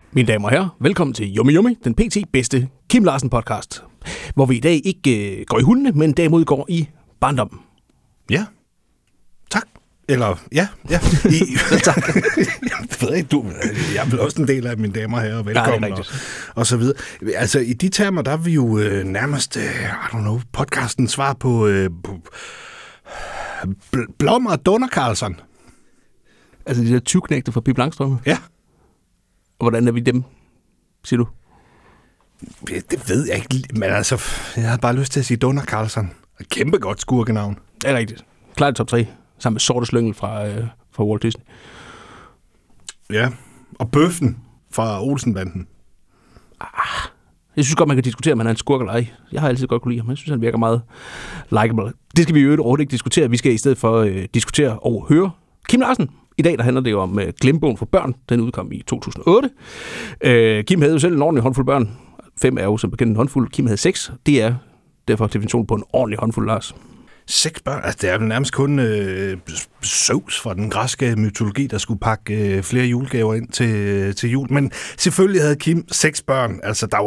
Mine damer og herrer, velkommen til Yummy Yummy, den pt. Bedste Kim Larsen podcast, hvor vi i dag ikke går i hundene, men derimod går i barndommen. Ja, tak. Eller, ja. Tak. Jeg er vel også en del af mine damer og herrer, velkommen og så videre. Altså, i de termer, der er vi jo nærmest, podcasten svar på Blom og Donner Carlson. Altså de der 20-knægte fra Pippi Langstrømpe? Ja. Og hvordan er vi dem, siger du? Det ved jeg ikke, men altså, jeg havde bare lyst til at sige Donner Carlson. Et kæmpe godt skurkenavn. Det er rigtigt. Klart top 3, sammen med Sorte Slyngel fra Walt Disney. Ja, og Bøffen fra Olsenbanden. Jeg synes godt, man kan diskutere, om han er en skurk eller ej. Jeg har altid godt kunne lide ham. Jeg synes, han virker meget likeable. Det skal vi jo overhovedet ikke diskutere. Vi skal i stedet for diskutere og høre Kim Larsen. I dag der handler det jo om Glembogen for børn. Den udkom i 2008. Kim havde jo selv en ordentlig håndfuld børn. 5 er jo som bekendt en håndfuld. Kim havde 6. Det er derfor definitionen på en ordentlig håndfuld, Lars. 6 børn? Altså, det er jo nærmest kun Zeus fra den græske mytologi, der skulle pakke flere julegaver ind til jul. Men selvfølgelig havde Kim 6 børn. Altså, der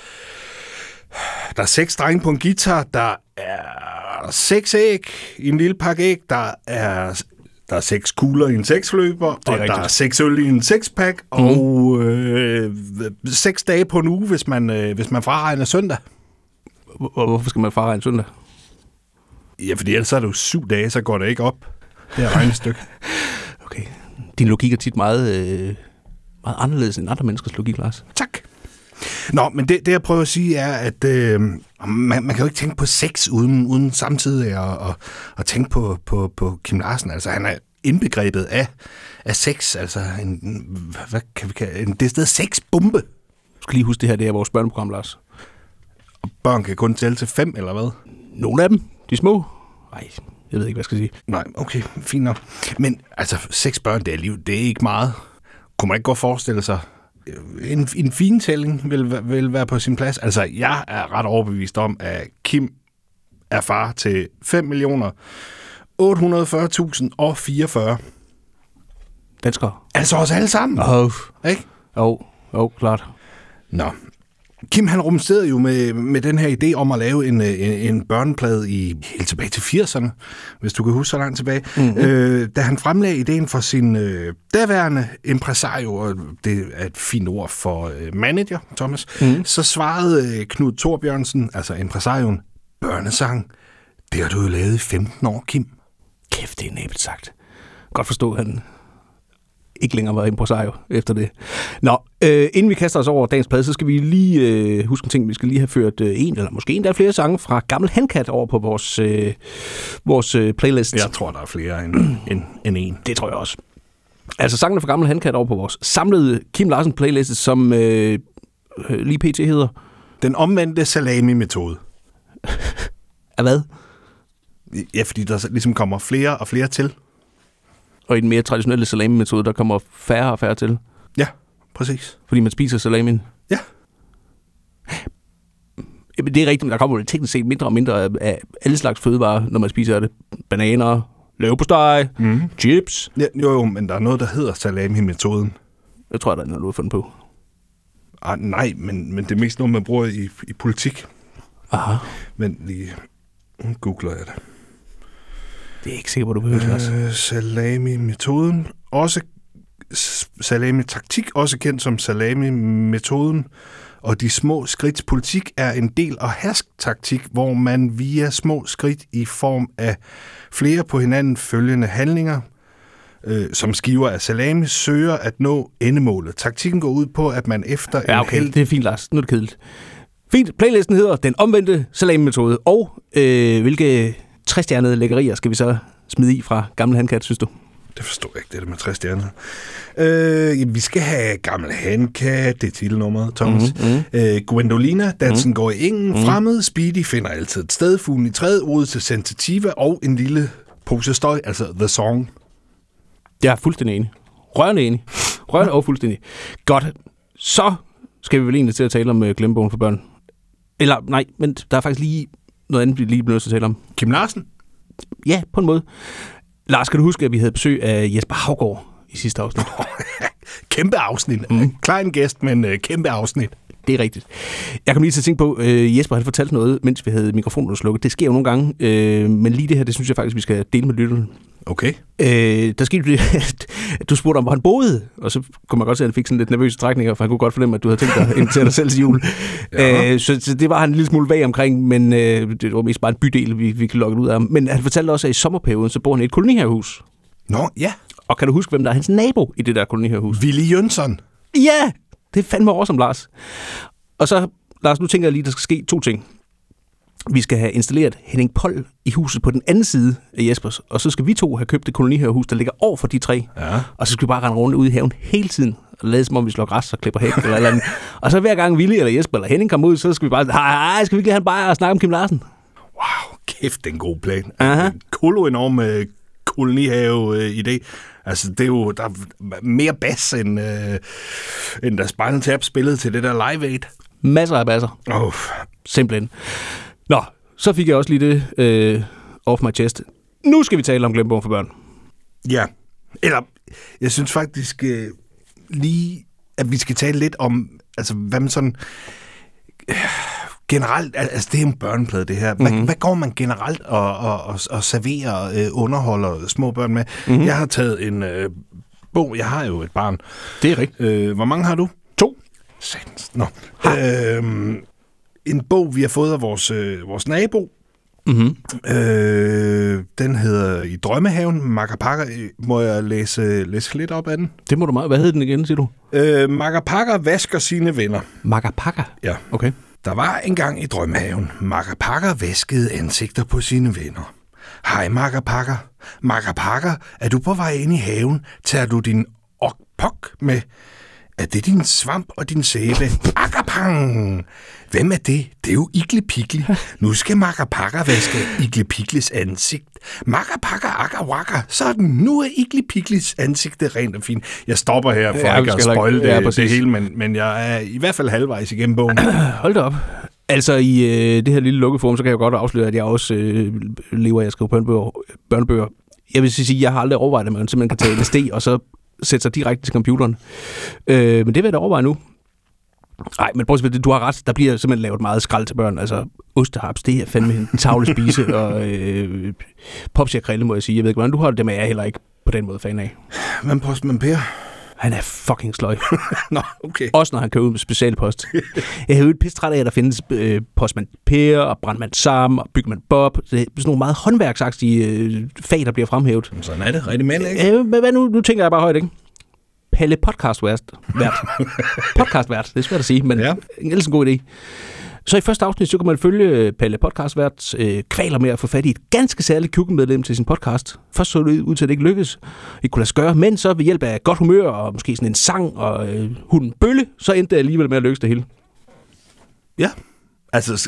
er 6 drenge på en guitar. Der er 6 æg i en lille pakke æg. Der er 6 kugler i en 6-løber, og rigtigt. Der er 6 øl i en 6-pack, og 6 dage på en uge, hvis man fraregner søndag. Hvorfor skal man fraregne søndag? Ja, fordi ellers er det jo 7 dage, så går det ikke op. Det er regnestykke. Okay. Din logik er tit meget anderledes end andre menneskers logik, Lars. Tak. Nå, men det jeg prøver at sige er, at man kan jo ikke tænke på sex uden samtidig at tænke på Kim Larsen. Altså, han er indbegrebet af sex. Altså, en decideret sexbombe. Du skal lige huske, det her det er vores børneprogram, Lars. Og børn kan kun tælle til 5, eller hvad? Nogle af dem, de små. Nej, jeg ved ikke, hvad jeg skal sige. Nej, okay, fint nok. Men altså, 6 børn, det er ikke meget. Kunne man ikke godt forestille sig, en fintælling vil være på sin plads. Altså, jeg er ret overbevist om, at Kim er far til 5.840.044 danskere. Altså os alle sammen. Ikke? Jo, klart. Nå. Kim, han rumsterede jo med den her idé om at lave en børneplade helt tilbage til 80'erne, hvis du kan huske så langt tilbage. Mm-hmm. Da han fremlagde ideen for sin daværende impresario, og det er et fint ord for manager, Thomas, så svarede Knud Thorbjørnsen, altså impresarioen, børnesang, det har du jo lavet i 15 år, Kim. Kæft, det er næbet sagt. Godt forstå, han ikke længere var impresario efter det. Nå, inden vi kaster os over dagens plade, så skal vi lige huske en ting. Vi skal lige have ført en, eller måske endda flere sange fra Gammel Handkat over på vores playlist. Jeg tror, der er flere end en. Det tror jeg også. Altså sangene fra Gammel Handkat over på vores samlede Kim Larsen playlist, som lige pt. Hedder Den omvendte salami-metode. Af hvad? Ja, fordi der ligesom kommer flere og flere til. Og i den mere traditionelle salami-metode, der kommer færre og færre til. Ja, præcis. Fordi man spiser salamin. Ja. Jamen, det er rigtigt, men der kommer jo teknisk set mindre og mindre af alle slags fødevarer, når man spiser det. Bananer, leverpostej, chips. Ja, jo, men der er noget, der hedder salami-metoden. Jeg tror, der er noget, du har fundet på. Nej, men det er mest noget, man bruger i politik. Aha. Men lige googler jeg det. Det er jeg ikke sikker på, du behøver. Salami-metoden. Også salami-taktik, også kendt som salami-metoden. Og de små skridts politik er en del af hersk-taktik, hvor man via små skridt i form af flere på hinanden følgende handlinger, som skiver af salami, søger at nå endemålet. Taktikken går ud på, at man efter Ja, okay, det er fint, Lars. Nu er det kedeligt. Fint, playlisten hedder Den omvendte salami-metode. Og hvilke 3-stjernede lækkerier skal vi så smide i fra Gammel Handkat, synes du? Det forstår jeg ikke, det der med 3 stjerner. Vi skal have Gammel Handkat, det er titelnummeret, Thomas. Gwendolina, dansen går i engen. Fremmed, Speedy finder altid et sted. Fuglen i træet, ordet til sensitiva og en lille pose støj, altså The Song. Jeg er fuldstændig enig. Rørende enig. Rørende og fuldstændig. Godt. Så skal vi vel egentlig til at tale om Glembogen for børn. Eller nej, men der er faktisk lige noget andet, vi lige bliver nødt til at tale om. Kim Larsen? Ja, på en måde. Lars, kan du huske, at vi havde besøg af Jesper Haugaard i sidste afsnit? kæmpe afsnit. Klein gæst, men kæmpe afsnit. Det er rigtigt. Jeg kom lige til at tænke på, Jesper han fortalte noget, mens vi havde mikrofonen slukket. Det sker jo nogle gange, men lige det her, det synes jeg faktisk, vi skal dele med lytterne. Okay. Der skete det, at du spurgte om, hvor han boede, og så kunne man godt se, at han fik sådan lidt nervøse trækninger, for han kunne godt fornemme, at du havde tænkt dig at invitere dig selv til jul. Ja. Så det var han en lille smule vag omkring, men det var mest bare en bydel, vi kan lukke ud af. Men han fortalte også, at i sommerperioden, så bor han i et kolonihavehus. Nå, ja. Og kan du huske, hvem der er hans nabo i det der kolonihavehus? Willy Jønsson. Ja, det er fandme awesome, Lars. Og så, Lars, nu tænker jeg lige, der skal ske 2 ting. Vi skal have installeret Henning Poll i huset på den anden side af Jespers, og så skal vi 2 have købt det kolonihavehus, der ligger over for de 3. Ja. Og så skal vi bare rende rundt ude i haven hele tiden, og lade som om vi slår græs og klipper hæk eller andet. Og så hver gang Willy eller Jesper eller Henning kommer ud, så skal vi bare, hej, skal vi ikke have en bajer og snakke om Kim Larsen? Wow, kæft, det er en god plan. Kolo-enorm kolonihave-idé. Altså, det er jo der er mere bas, end der Spinal Tap spillede til det der Live Aid. Masser af basser. Simpelthen. Nå, så fik jeg også lige det off my chest. Nu skal vi tale om Glemmebogen for børn. Ja, eller jeg synes faktisk lige, at vi skal tale lidt om, altså hvad man sådan generelt, altså det er en børneplade det her. Hvad går man generelt og serverer, underholder små børn med? Jeg har taget en bog, jeg har jo et barn. Det er rigtigt. Hvor mange har du? 2. Nå. En bog, vi har fået af vores nabo. Den hedder I Drømmehaven, Makapaka. Må jeg læse lidt op af den? Det må du meget. Hvad hed den igen, siger du? Makapaka vasker sine venner. Makapaka? Ja. Okay. Der var engang i Drømmehaven. Makapaka vaskede ansigter på sine venner. Hej Makapaka. Makapaka, er du på vej ind i haven? Tager du din okpok med? Er det din svamp og din sæbe? Akapang! Hvem er det? Det er jo Igli-Pigli. Nu skal Makapaka vaske Igli-Piglis ansigt. Makapaka akawaka. Sådan, nu er Igli-Piglis ansigt rent og fint. Jeg stopper her for ikke at spoile det hele, men jeg er i hvert fald halvvejs igennem bogen. Hold da op. Altså i det her lille lukkeforum, så kan jeg godt afsløre, at jeg også lever af at skrive børnebøger. Jeg vil sige, at jeg har aldrig overvejet, at man simpelthen kan tage LSD og så sætte sig direkte til computeren. Men det vil jeg da overveje nu. Nej, men prøv at sige, du har ret. Der bliver simpelthen lavet meget skrald til børn. Altså, ostehaps, det er fandme en tavle spise, og popsjerkrille, må jeg sige. Jeg ved ikke, hvordan du har det, men jeg er heller ikke på den måde fan af. Hvem postmand Per? Han er fucking sløj. Nå, okay. Også når han kører ud med specialpost. Jeg har jo et pisse træt af, at der findes postmand Per og brandmand Sam og bygmand Bob. Det er sådan nogle meget håndværksagtige fag, der bliver fremhævet. Sådan er det. Rigtig mænd, ikke? Men nu tænker jeg bare højt, ikke? Palle podcastvært. Podcastvært, det er svært at sige, men ellers en god idé. Så i første afsnit, så kan man følge Palle podcastvært kvaler med at få fat i et ganske særligt køkkenmedlem til sin podcast. Først så det ud til, at det ikke lykkedes. Det kunne lade sig gøre, men så ved hjælp af godt humør og måske sådan en sang og hunden Bølle, så endte det alligevel med at lykkes det hele. Ja, altså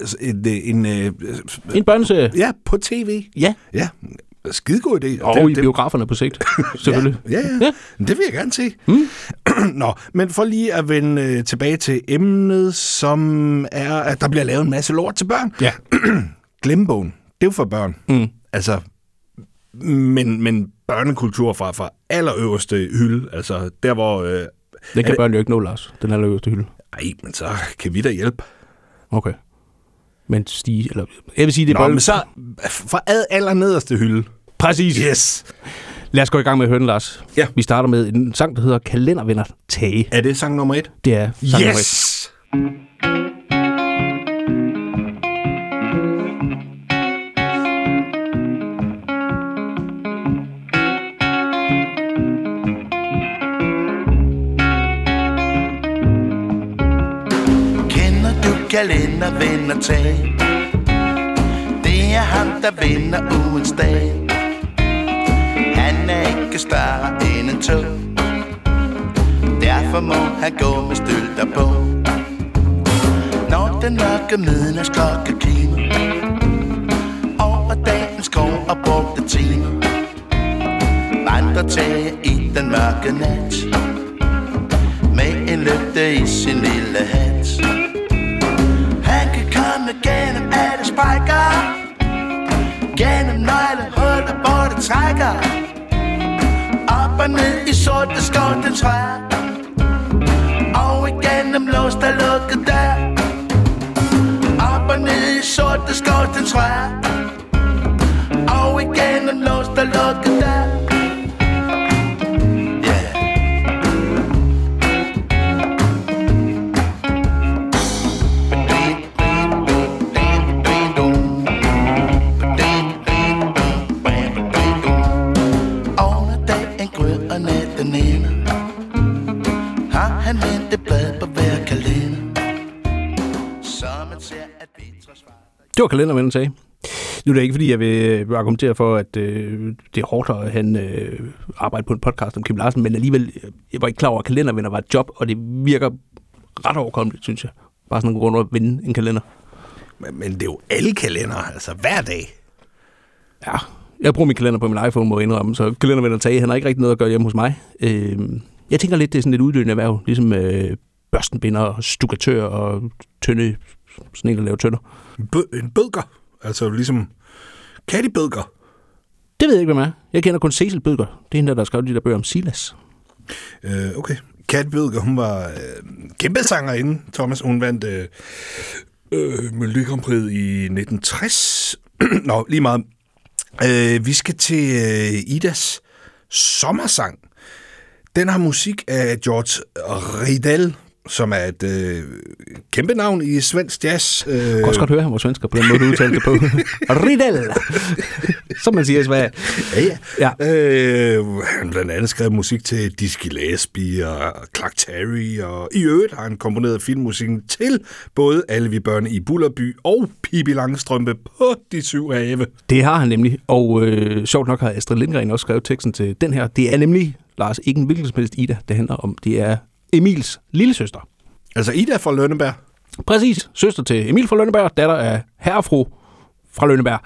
en børneserie. Ja, på tv. Ja. Skidegod idé. Og i biograferne på sigt, selvfølgelig. Ja. Det vil jeg gerne se. Nå, men for lige at vende tilbage til emnet, som er, at der bliver lavet en masse lort til børn. Ja. Glemmebogen, det er jo for børn. Altså, men børnekultur fra allerøverste hylde. Altså, der hvor... det kan børn jo ikke nå, Lars. Den allerøverste hylde. Nej, men så kan vi da hjælpe. Okay. Men stige, eller... Jeg vil sige, det er men så fra allernederste hylde. Præcis. Yes. Lad os gå i gang med at høre den, Lars. Ja. Vi starter med en sang, der hedder Kalendervenner Tage. Er det sang nummer 1? Det er sang nummer 1. Yes! Kender du kalendervenner Tage? Det er ham, der vender ugens dag. Han er ikke større end en tog. Derfor må han gå med stølter på. Når den mørke midnatsklokke klinger over dagens grå og brugte timer, vandrer Tage i den mørke nat med en lygte i sin lille hat. Han kan komme gennem alle sprækker, gennem nøglehuller, hvor det trækker, op og ned i sorte skårte træer. Og igennem låst og lukket dør. Op og ned i sorte skorstentræer. Og igennem låst og lukket dør. Det var kalendervennen sagde. Nu er det ikke, fordi jeg vil argumentere for, at det er hårdt, at han arbejder på en podcast om Kim Larsen, men alligevel, jeg var ikke klar over, at kalendervenner var et job, og det virker ret overkommeligt, synes jeg. Bare sådan en grund at vinde en kalender. Men det er jo alle kalender, altså hver dag. Ja, jeg bruger min kalender på min iPhone, må jeg indrømme, så kalendervenner sagde, han har ikke rigtig noget at gøre hjemme hos mig. Jeg tænker lidt, det er sådan et uddøende erhverv, ligesom børstenbinder, stukatør og tønde, sådan en, der laver tønder. En bødker, altså ligesom kattebødker. Det ved jeg ikke, hvem er. Jeg kender kun Cecil Bødker. Det er hende, der har skrevet de der bøger om Silas. Okay. Kattebødker, hun var kæmpe sangerinde, Thomas. Hun vandt Melodi Grand Prix i 1960. Nå, lige meget. Vi skal til Idas sommersang. Den har musik af George Riedel, som er et kæmpe navn i svensk jazz. Jeg kan også godt høre, han var svensker på den måde, du udtalte det på. Riedel! Som man siger i Sverige. Ja. Han blandt andet skrev musik til Dizzy Gillespie og Clark Terry, og i øvrigt har han komponeret filmmusikken til både Alle vi børn i Bullerby og Pippi Langstrømpe på De Syv Have. Det har han nemlig, og sjovt nok har Astrid Lindgren også skrevet teksten til den her. Det er nemlig, Lars, ikke en hvilken som helst Ida, det handler om. Det er Emils lillesøster. Altså Ida fra Lønneberg? Præcis. Søster til Emil fra Lønneberg, datter af herrefru fra Lønneberg.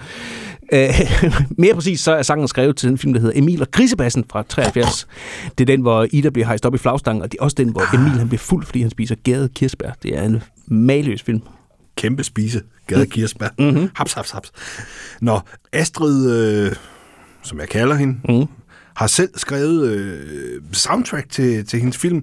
Mere præcis, så er sangen skrevet til den film, der hedder Emil og Grisebassen fra 73. Det er den, hvor Ida bliver hejst op i flagstangen, og det er også den, hvor Emil han bliver fuld, fordi han spiser gæret kirsebær. Det er en maløs film. Kæmpe spise. Gæret kirsebær. Mm-hmm. Haps. Nå, Astrid, som jeg kalder hende, har selv skrevet soundtrack til hendes film.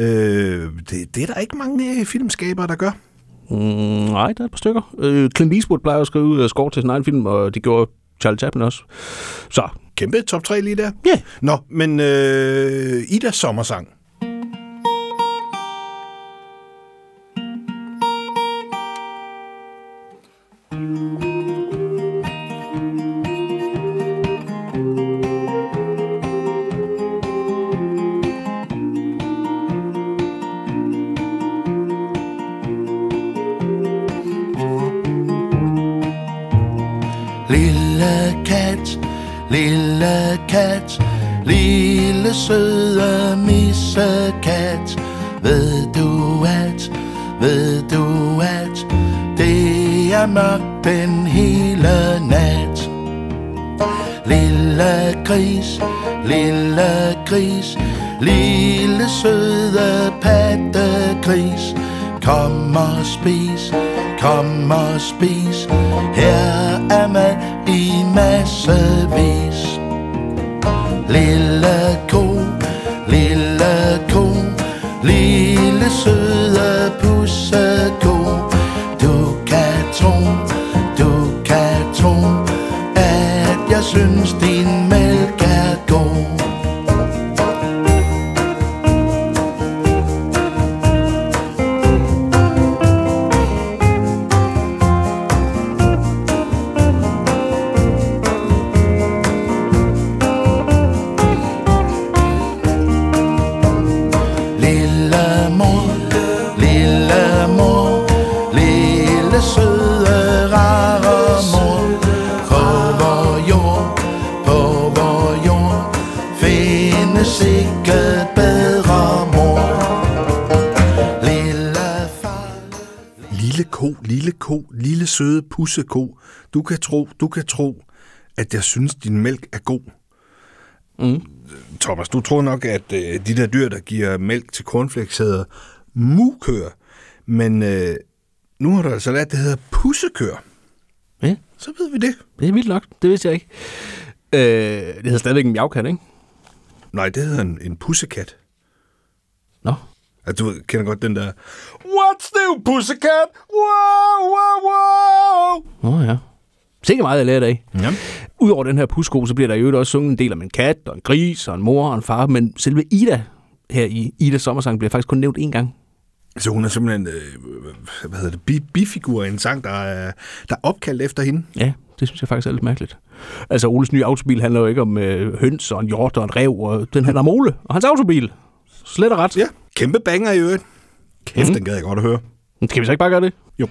Det er der ikke mange filmskabere, der gør. Nej, der er et par stykker. Clint Eastwood plejer at skrive score til sin egen film, og det gjorde Charlie Chaplin også. Så. Kæmpe top 3 lige der. Ja. Yeah. Nå, men Idas sommersang. Lille kat, lille søde missekat. Ved du at det er mørkt den hele nat. Lille gris, lille søde pattegris. Kom og spis, her er mad i massevis. Lille ko, lille søde pusseko. Du kan tro, at jeg synes din mælk er god. Lille søde pusseko. Du kan tro, at jeg synes, din mælk er god. Thomas, du tror nok, at de der dyr, der giver mælk til cornflakes, hedder mukøer. Men nu har du altså lært, at det hedder pussekøer. Ja. Så ved vi det. Det er vildt nok. Det vidste jeg ikke. Det hedder stadigvæk en mjavkat, ikke? Nej, det hedder en pussekat. Altså, du kender godt den der... What's new, pussycat? Wow, wow, wow. Ja. Sikkert meget, jeg lærer af. Ja. Udover den her pusko, så bliver der jo også sunget en del om en kat, og en gris, og en mor, og en far. Men selve Ida her i Idas sommersang bliver faktisk kun nævnt én gang. Så hun er simpelthen, bifigur i en sang, der er opkaldt efter hende. Ja, det synes jeg faktisk er lidt mærkeligt. Altså, Oles nye autobil handler jo ikke om høns og en hjort og en ræv, og den handler om Ole og hans autobil. Slet og ret. Ja, kæmpe banger i øvrigt. Kæft, den gad jeg godt at høre. Skal vi så ikke bare gøre det? Jo.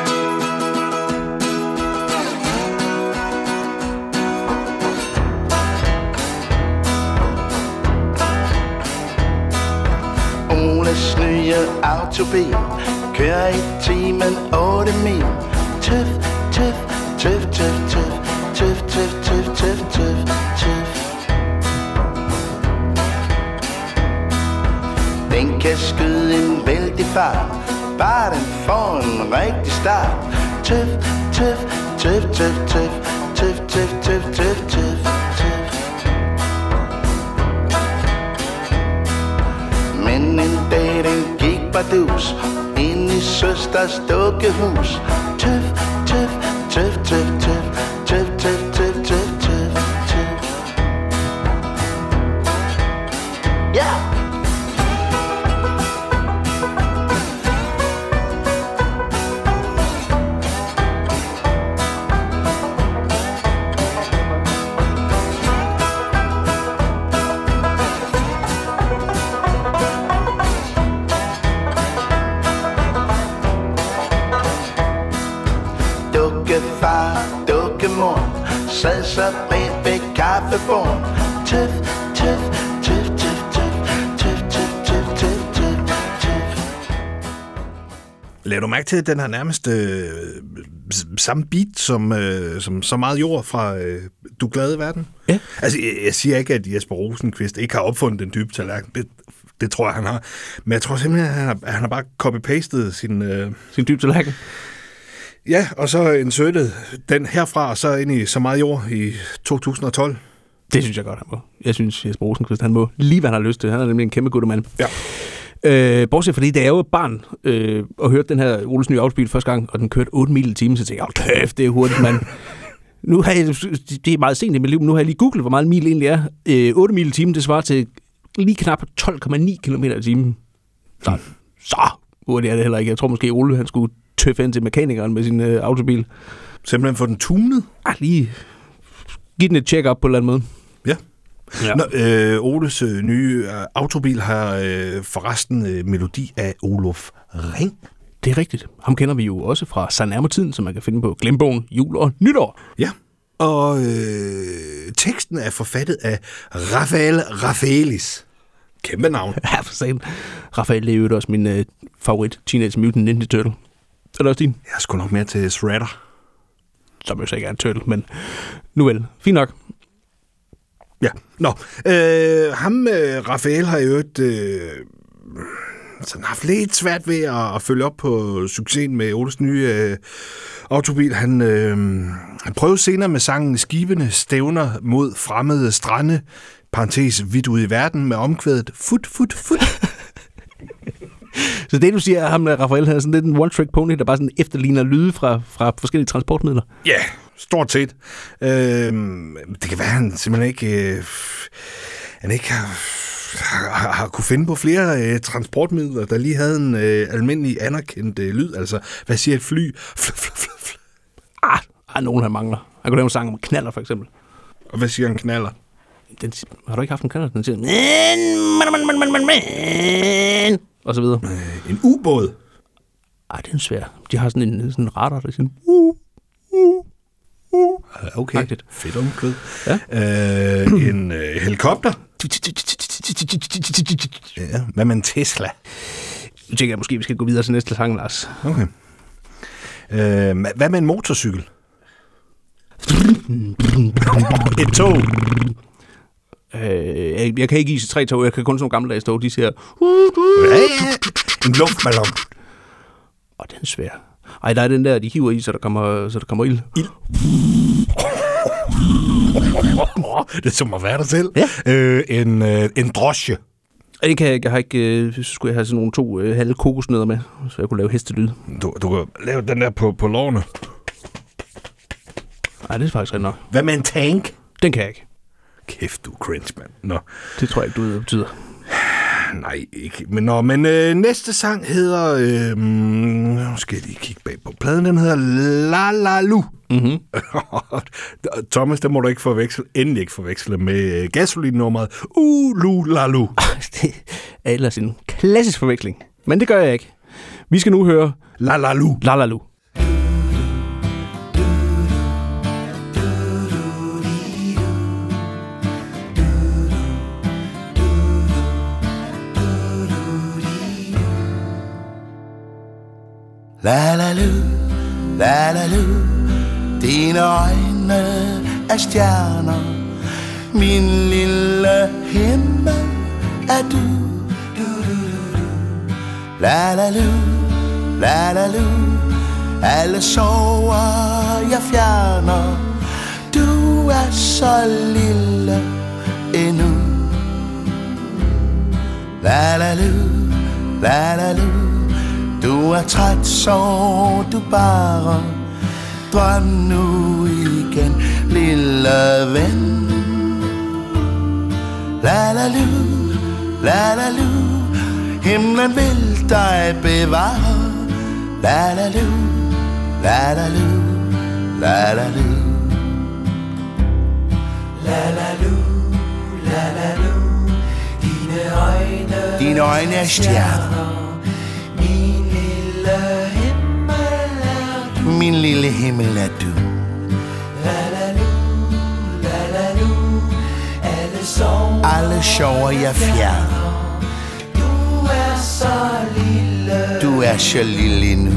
Oles nye autobil kører i timen 8 mil. Tøf, tøf, tøf, tøf, tøf, tøf, tøf, tøf, tøf, tøf, tøf. Den kan skyde en vældig fart, bare den får en rigtig start. Tøf, tøf, tøf, tøf, tøf, tøf, tøf, tøf, tøf, tøf, tøf. Men en dag den gik bardus ind i søsters dukkehus. Tøf, tøf, tøf, tøf, tøf, tøf, tøf, tøf, tøf, tøf, tøf. Ja! Dukkefar, dukkemor sad så bag ved kaffebord. Tøf, tøf, tøf, tøf, tøf, tøf, tøf, tøf, tøf, tøf, tøf. Lad du mærke til, at den har nærmest samme beat som så meget jord fra Du er glad i verden? Ja. Altså, jeg siger ikke, at Jesper Rosenqvist ikke har opfundet den dybe tallerken. Det tror jeg, han har. Men jeg tror simpelthen, at han har bare copy-pastet sin dybe tallerken. Ja, og så insertet den herfra, og så ind i Så meget jord i 2012. Det synes jeg godt, han må. Jeg synes, Jesper Rosenqvist, han må lige, hvad han har lyst til. Han er nemlig en kæmpe guttermand. Ja. Bortset fordi, da jeg var barn og hørte den her Oles nye autobil første gang, og den kørte 8 mil i timen, så tænkte jeg, kæft, det er hurtigt, mand. Nu har jeg, det er meget sent i mit liv, men nu har jeg lige googlet, hvor meget en mil egentlig er. 8 mil i timen, det svarer til lige knap 12,9 km i timen. Så hurtigt er det heller ikke. Jeg tror måske, Ole, han skulle tøffe ind til mekanikeren med sin autobil. Simpelthen få den tunet? Lige give den et check-up på en eller anden måde. Ja. Ja. Nå, Oles nye autobil har forresten melodi af Olof Ring. Det er rigtigt. Ham kender vi jo også fra Så nærmer tiden, som man kan finde på Glembogen, Jul og Nytår. Ja, og teksten er forfattet af Rafael Rafaelis. Kæmpe navn. Ja, for sagen. Rafael er jo også min favorit Teenage Mutant Ninja Turtle. Er det også din? Jeg er sgu nok mere til Shredder. Som jo så ikke er en turtle, men nu vel. Fint nok. Ja, nå. Rafael har jo sådan haft lidt svært ved at følge op på succesen med Oles nye autobil. Han prøvede senere med sangen Skibene stævner mod fremmede strande, parentes vidt ude i verden, med omkvædet fut, fut, fut. Så det, du siger, at ham med Rafael havde sådan lidt en one-trick pony, der bare sådan efterligner lyde fra forskellige transportmidler? Ja, yeah, stort set. Det kan være, han simpelthen ikke... han ikke har kunne finde på flere transportmidler, der lige havde en almindelig anerkendt lyd. Altså, hvad siger et fly? Nogen han mangler. Han kunne lave en sang om knaller, for eksempel. Og hvad siger en knaller? Har du ikke haft en knaller? Den siger... Og så videre. En ubåd? Det er svær. De har sådan en radar, der siger... Okay, Agtigt. fedt omkvæd. Ja. En helikopter? Ja, hvad med en Tesla? Nu tænker jeg måske, vi skal gå videre til næste sang, Lars. Okay. Hvad med en motorcykel? Et tog? Jeg kan ikke give 3 tog, jeg kan kun sådan nogle gammeldags tog, de siger... En luftballon. Den er svær. Der er den der, de hiver i, så der kommer ild. Det er som at være der selv. Ja. En drosje. Det kan jeg har ikke... Så skulle jeg have sådan nogle 2 halve kokosnødder med, så jeg kunne lave hestelyd. Du kan lave den der på lårene. Nej, det er faktisk rigtig nok. Hvad med en tank? Den kan jeg ikke. Kæft, du er cringe, mand. Nå. Det tror jeg ikke, du ved, hvad det betyder. Nej, ikke. Men næste sang hedder... nu skal jeg lige kigge bag på pladen. Den hedder La La Lu. Mm-hmm. Thomas, det må du ikke endelig ikke forveksle med gasolinnummeret Lu La Lu. Det er ellers en klassisk forveksling. Men det gør jeg ikke. Vi skal nu høre La La Lu. La La Lu. La la lu, la la lu, dine øjne er stjerner, min lille himmel er du. La la lu, la la lu, alle sover jeg fjerner, du er så lille endnu. La la lu, la la lu, du er træt, så du bare drøm nu igen, lille ven. La la lu, la la lu, himlen vil dig bevare. La la lu, la la lu, la la lu. La la lu, la la lu, dine øjne er stjerner. Min lille himmel er du. Alle sover jeg fjerner. Du er så lille nu.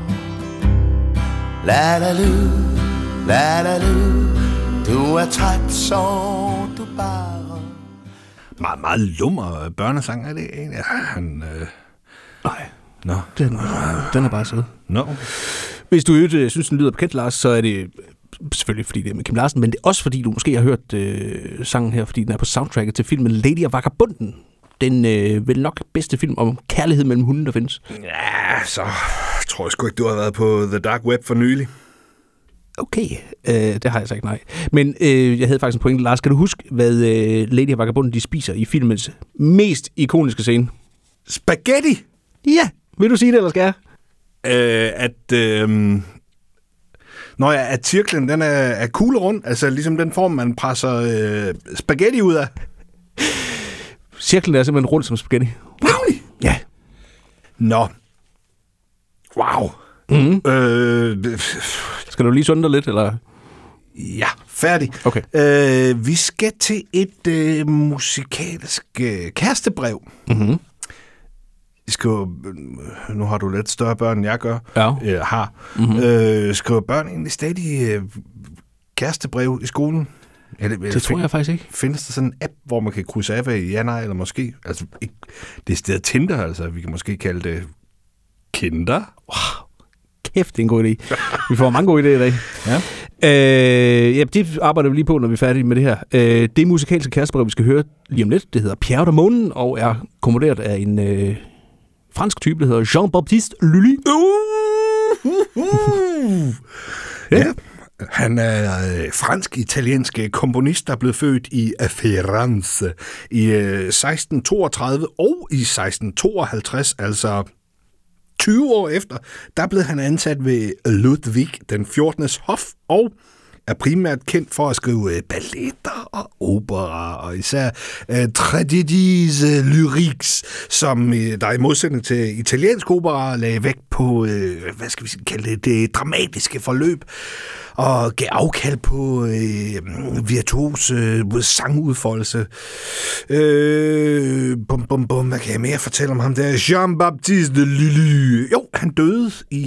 La la lu, la la lu, du er træt, så du bare. Meget, meget lummer børnesang, er det egentlig? Nej. Nå. Den er bare sød. Nå. Hvis du synes, den lyder bekendt, Lars, så er det selvfølgelig, fordi det er med Kim Larsen, men det er også, fordi du måske har hørt sangen her, fordi den er på soundtracket til filmen Lady og Vagabunden. Den vel nok bedste film om kærlighed mellem hunde, der findes. Ja, så tror jeg sgu ikke, du har været på The Dark Web for nylig. Okay, det har jeg så ikke, nej. Men jeg havde faktisk en pointe, Lars. Kan du huske, hvad Lady og Vagabunden de spiser i filmens mest ikoniske scene? Spaghetti! Ja, vil du sige det, eller skal jeg? At cirklen, den er kuglerund, altså ligesom den form, man presser spaghetti ud af. Cirklen er simpelthen rundt som spaghetti. Wow. Ja. Nå. Wow. Mm-hmm. Skal du lige sunde dig lidt, eller? Ja, færdig. Okay. Vi skal til et musikalsk kærestebrev. Mhm. Nu har du lidt større børn, end jeg gør. Ja. Har. Mm-hmm. Skriver børn egentlig stadig kærestebrev i skolen? Det tror jeg faktisk ikke. Findes der sådan en app, hvor man kan krydse af ja, nej, eller måske? Altså, ikke, det er stedet Tinder, altså. Vi kan måske kalde det Kinder. Wow. Kæft, det er en god idé. Vi får mange gode idéer i dag. Ja. Det arbejder vi lige på, når vi er færdige med det her. Det musikalske kærestebrev, vi skal høre lige om lidt, det hedder Pierre og Månen, og er kommanderet af en fransk type, der hedder Jean-Baptiste Lully. Ja. Han er fransk-italiensk komponist, der blev født i Firenze i 1632 og i 1652, altså 20 år efter, der blev han ansat ved Ludwig den 14. hof og er primært kendt for at skrive balletter og opera, og især tragedies lyriques, som der i modsætning til italiensk opera lagde vægt på, hvad skal vi kalde det dramatiske forløb, og gav afkald på virtuos sangudfoldelse. Hvad kan jeg mere fortælle om ham der? Jean-Baptiste Lully. Jo, han døde i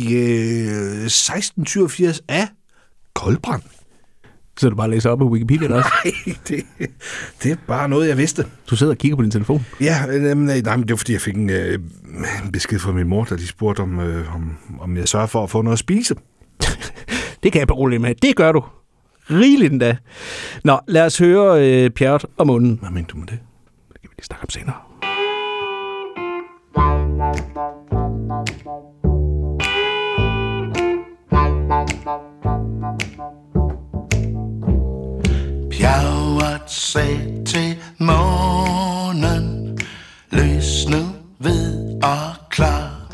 1687 af koldbrand. Så du bare læser op på Wikipedia også? Nej, det er bare noget, jeg vidste. Du sidder og kigger på din telefon? Ja, men det var fordi, jeg fik en besked fra min mor, der de spurgte, om jeg sørger for at få noget at spise. Det kan jeg berolige med. Det gør du. Rigeligt endda. Nå, lad os høre Pierre og Månen. Hvad mener du med det? Det kan vi lige snakke om senere. Bjerget sagde til månen, løs nu ved og klar.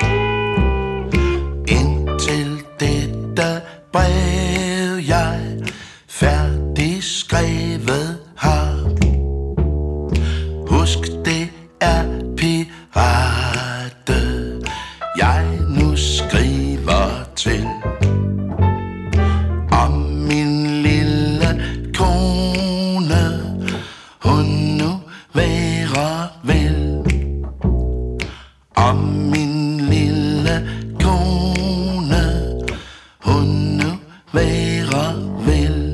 Indtil dette brev jeg færdig skrevet har. Husk, det er pirate, jeg nu skriver til. Om min lille kone, hun nu være vel. Om min lille kone, hun nu være vel.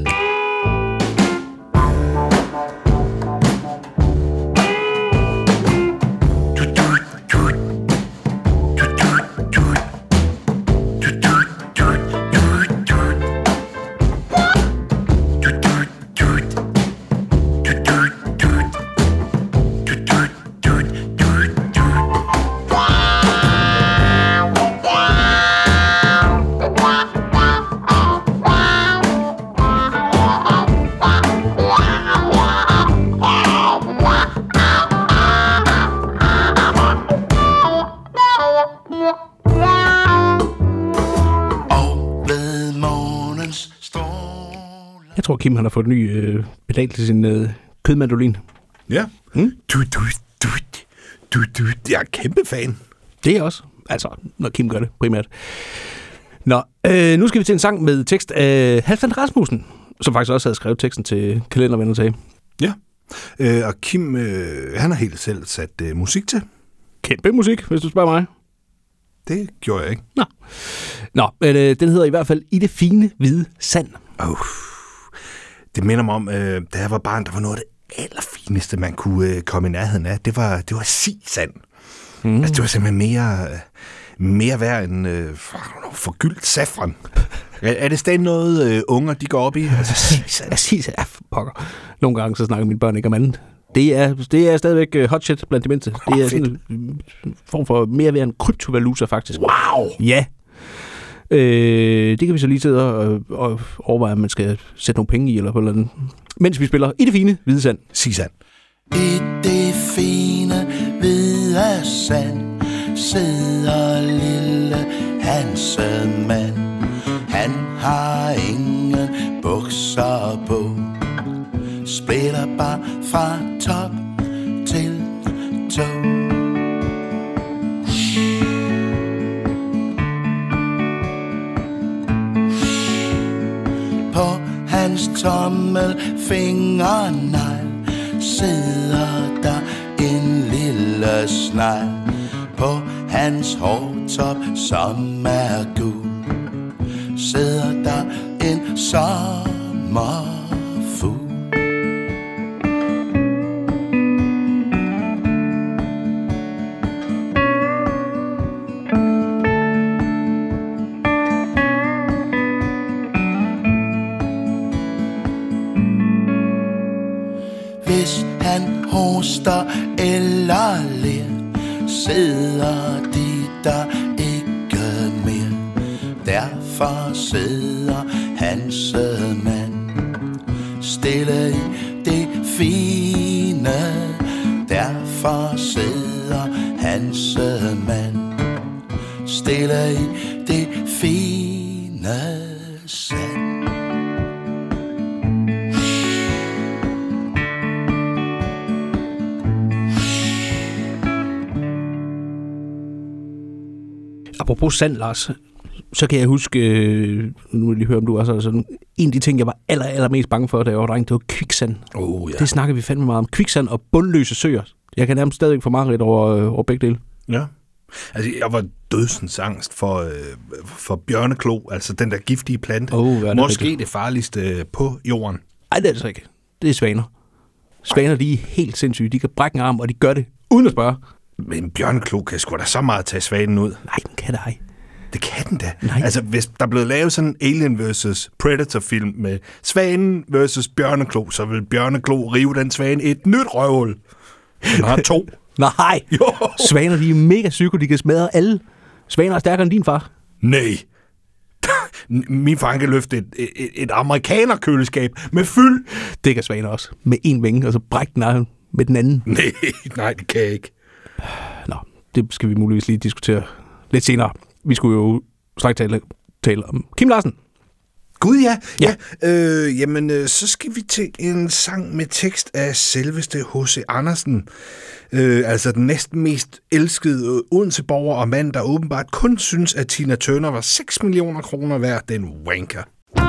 Jeg tror, Kim han har fået en ny pedal til sin kødmandolin. Ja. Jeg er kæmpe fan. Det er jeg også. Altså, når Kim gør det primært. Nå, nu skal vi til en sang med tekst af Halfdan Rasmussen, som faktisk også havde skrevet teksten til Kalendervenner til. Ja. Og Kim, han har helt selv sat musik til. Kæmpe musik, hvis du spørger mig. Det gjorde jeg ikke. Nå, men den hedder i hvert fald I det fine hvide sand. Det minder mig om, da jeg var barn, der var noget af det allerfineste, man kunne komme i nærheden af. Det var sisand. Altså, det var simpelthen mere værd end forgyldt safran. Er det stadig noget, unger de går op i? Altså, sisand. Ja, pokker. Nogle gange så snakker mine børn ikke om andet. Det er stadigvæk hot shit blandt de mindste. Det er sådan en form for mere værd end kryptovaluta, faktisk. Wow! Ja. Det kan vi så lige sidde og overveje, om man skal sætte nogle penge i, eller på eller andet. Mens vi spiller I det fine hvide sand. Sisand. I det fine hvide sand sidder lille Hansemand. Han har ingen bukser på, splitter bare fra top til tå. På hans tommelfingernegl sidder der en lille snegl. På hans hårtop, som er gul, sidder der en sommerfugl. Hvis han hoster eller ler, sidder de der ikke mere. Derfor sidder hans mand stille i det fine. Derfor sidder hans mand stille i det fine sand. Apropos sand, Lars, så kan jeg huske, nu vil jeg lige høre, om du også har sådan, en af de ting, jeg var allermest bange for, da jeg var dreng, det var kviksand. Ja. Det snakker vi fandme meget om. Kviksand og bundløse søer. Jeg kan nærmest stadigvæk få mareridt over begge dele. Ja. Altså, jeg var dødsens angst for bjørneklo, altså den der giftige plante. Måske det farligste på jorden. Nej, det er det så ikke. Det er svaner. Svaner, de er helt sindssyge. De kan brække en arm, og de gør det uden at spørge. Men bjørneklo kan sgu da så meget tage svanen ud. Nej, den kan da ej. Det kan den da. Nej. Altså, hvis der blev lavet sådan en Alien vs. Predator-film med svanen versus bjørneklo, så vil bjørneklo rive den svane et nyt røvhul. Den har 2. Nej. Jo. Svaner, de er mega psyko, de kan smadre alle. Svaner er stærkere end din far. Nej. Min far kan løfte et amerikanerkøleskab med fyld. Det kan svaner også. Med en vinge, og så brække den af med den anden. Nej, det kan jeg ikke. Nå, det skal vi muligvis lige diskutere lidt senere. Vi skulle jo straks tale om Kim Larsen. Gud ja. Jamen, så skal vi til en sang med tekst af selveste H.C. Andersen. Altså den næsten mest elskede Odense-borger og mand, der åbenbart kun synes, at Tina Turner var 6 millioner kroner værd, den wanker.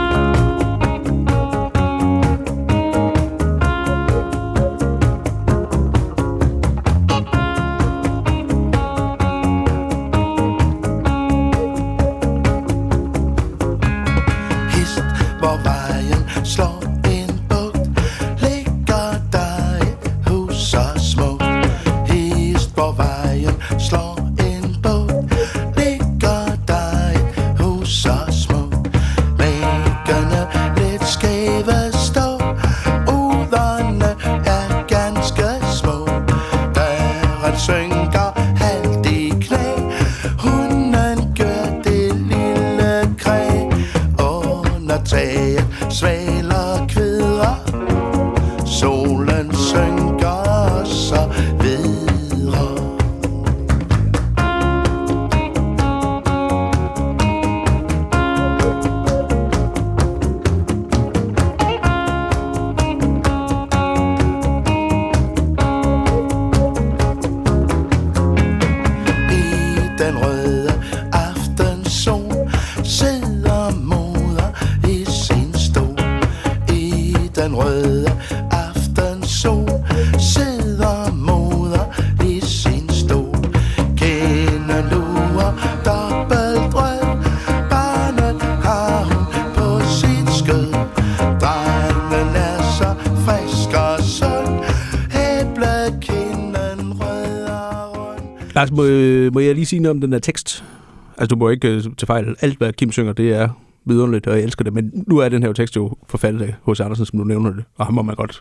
Lars, må jeg lige sige noget om den der tekst? Altså, du må ikke til fejl. Alt, hvad Kim synger, det er vidunderligt, og jeg elsker det. Men nu er den her tekst jo forfaldet af H.C. Andersen, som du nævner det. Og ham må man godt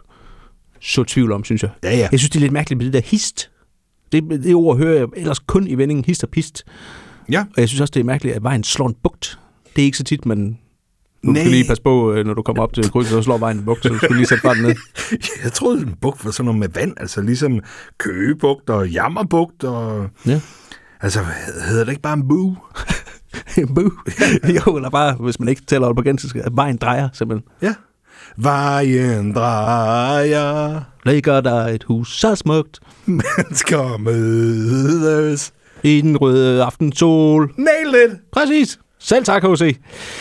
så tvivl om, synes jeg. Ja. Jeg synes, det er lidt mærkeligt med det der hist. Det ord hører jeg ellers kun i vendingen hist og pist. Ja. Og jeg synes også, det er mærkeligt, at vejen slår en bugt. Det er ikke så tit, man... Du skal lige passe på, når du kommer op til krydset, så slår vejen en bugt, så du skal lige sætte farten ned. Jeg troede, en bugt var sådan noget med vand, altså ligesom Køgebugt og Jammerbugt og... Ja. Altså, hedder det ikke bare en boo? En boo? Jo, eller bare, hvis man ikke tæller på gensisk, at vejen drejer, simpelthen. Ja. Vejen drejer. Ligger der et hus så smukt. Mennesker mødes. I den røde aftensol. Nailed it! Præcis. Selv tak, H.C.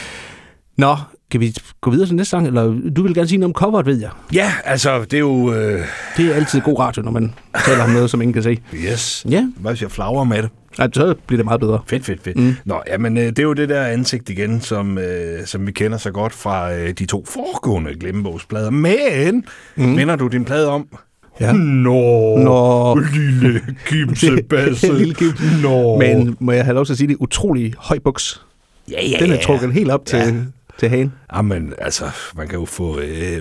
Nå, kan vi gå videre til næste sang? Eller du vil gerne sige noget om coveret, ved jeg. Ja, altså, det er jo... Det er altid god radio, når man taler om noget, som ingen kan se. Yes. Ja. Hvad hvis jeg flagrer med det? Ej, så bliver det meget bedre. Fedt. Nå, jamen, det er jo det der ansigt igen, som vi kender så godt fra de 2 foregående Glemmebogsplader. Men, minder du din plade om? Ja. Nå. Lille Kimsebasse. Lille Kim. Nå. Men må jeg have lov til at sige det? Utrolig høj buks. Ja. Den er trukket helt op til hagen. Jamen, altså, man kan jo få,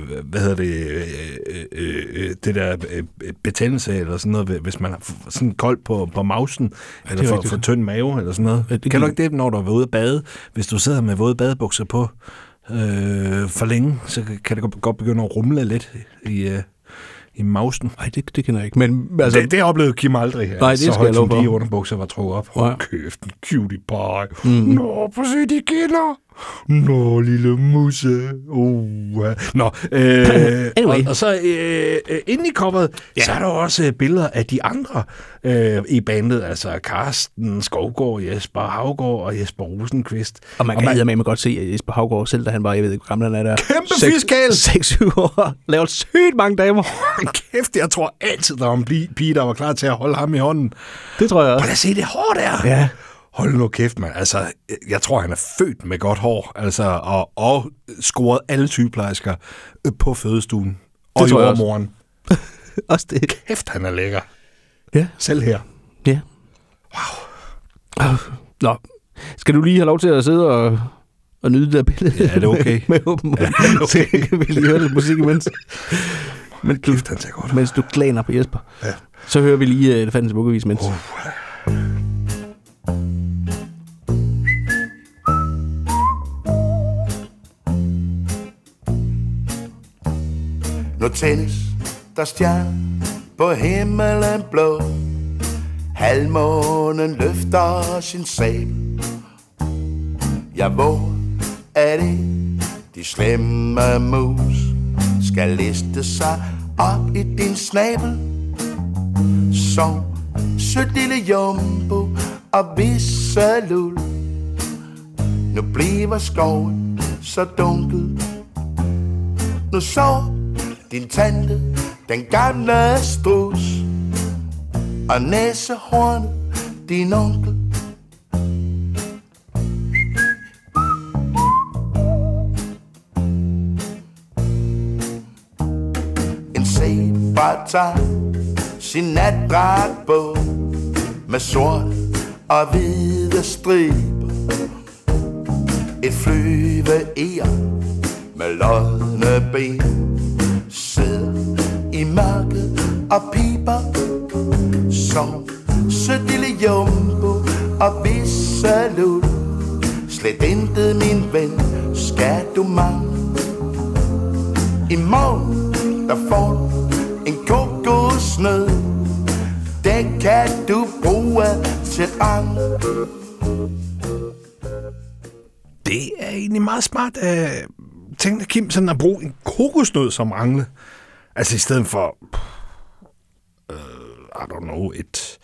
det der betændelse eller sådan noget, hvis man har sådan koldt på mausen, eller for tynd mave eller sådan noget. Kan du ikke det, når du er ude at bade? Hvis du sidder med våde badebukser på for længe, så kan det godt begynde at rumle lidt i mausen. Nej, det kender jeg ikke. Men, altså, det oplevede Kim aldrig. Nej, det skal jeg love for. Så højt som de underbukser var trukket op. Hold kæft, en cutie pie. Nå, prøv at se de kinder. Nå, lille musse. Nå, anyway. og så inde i coveret, så er der også billeder af de andre i bandet, altså Carsten Skovgaard, Jesper Haugaard og Jesper Rosenqvist. Og man kan med godt se, at Jesper Haugaard selv, da han var, jeg ved ikke, hvor gammel han er der. Kæmpe fiskal! 6-7 år. Laver sygt mange damer. Kæft, jeg tror altid, der var en pige, der var klar til at holde ham i hånden. Det tror jeg også. Prøv at se det hår der. Ja. Hold nu kæft, mand. Altså, jeg tror, han er født med godt hår, altså, og scoret alle sygeplejersker på fødestuen. Og jordmoren. Også det. Kæft, han er lækker. Ja. Selv her. Ja. Wow. Nå, skal du lige have lov til at sidde og nyde det der billede? Ja, det er okay. med åben mund. Ja, okay. Så kan vi lige høre lidt musik imens. Men kæft, han ser godt. Mens du glaner på Jesper. Ja. Så hører vi lige Elefantens Vuggevis mens. Nu tændes der stjerne på himmelen blå. Halvmånen løfter sin sabel. Jeg våger af det, de slemme mus skal liste sig op i din snabel. Sov, sødt lille jumbo og visselul. Nu bliver skoven så dunkel. Nu sov din tante, den gamle strus, og næsehornet, din onkel. En zebra tager sin natdragt på, med sort og hvide striber. Et flyveegern med lodne ben sidder i mørket og piber. Sov, sødt lille jumbo og visselul. Slet intet, min ven, skal du mangle. I morgen, der får du en kokosnød. Den kan du bruge til rang. Det er egentlig meget smart af tænkte Kim sådan at bruge en kokosnød som rangle. Altså i stedet for I don't know, et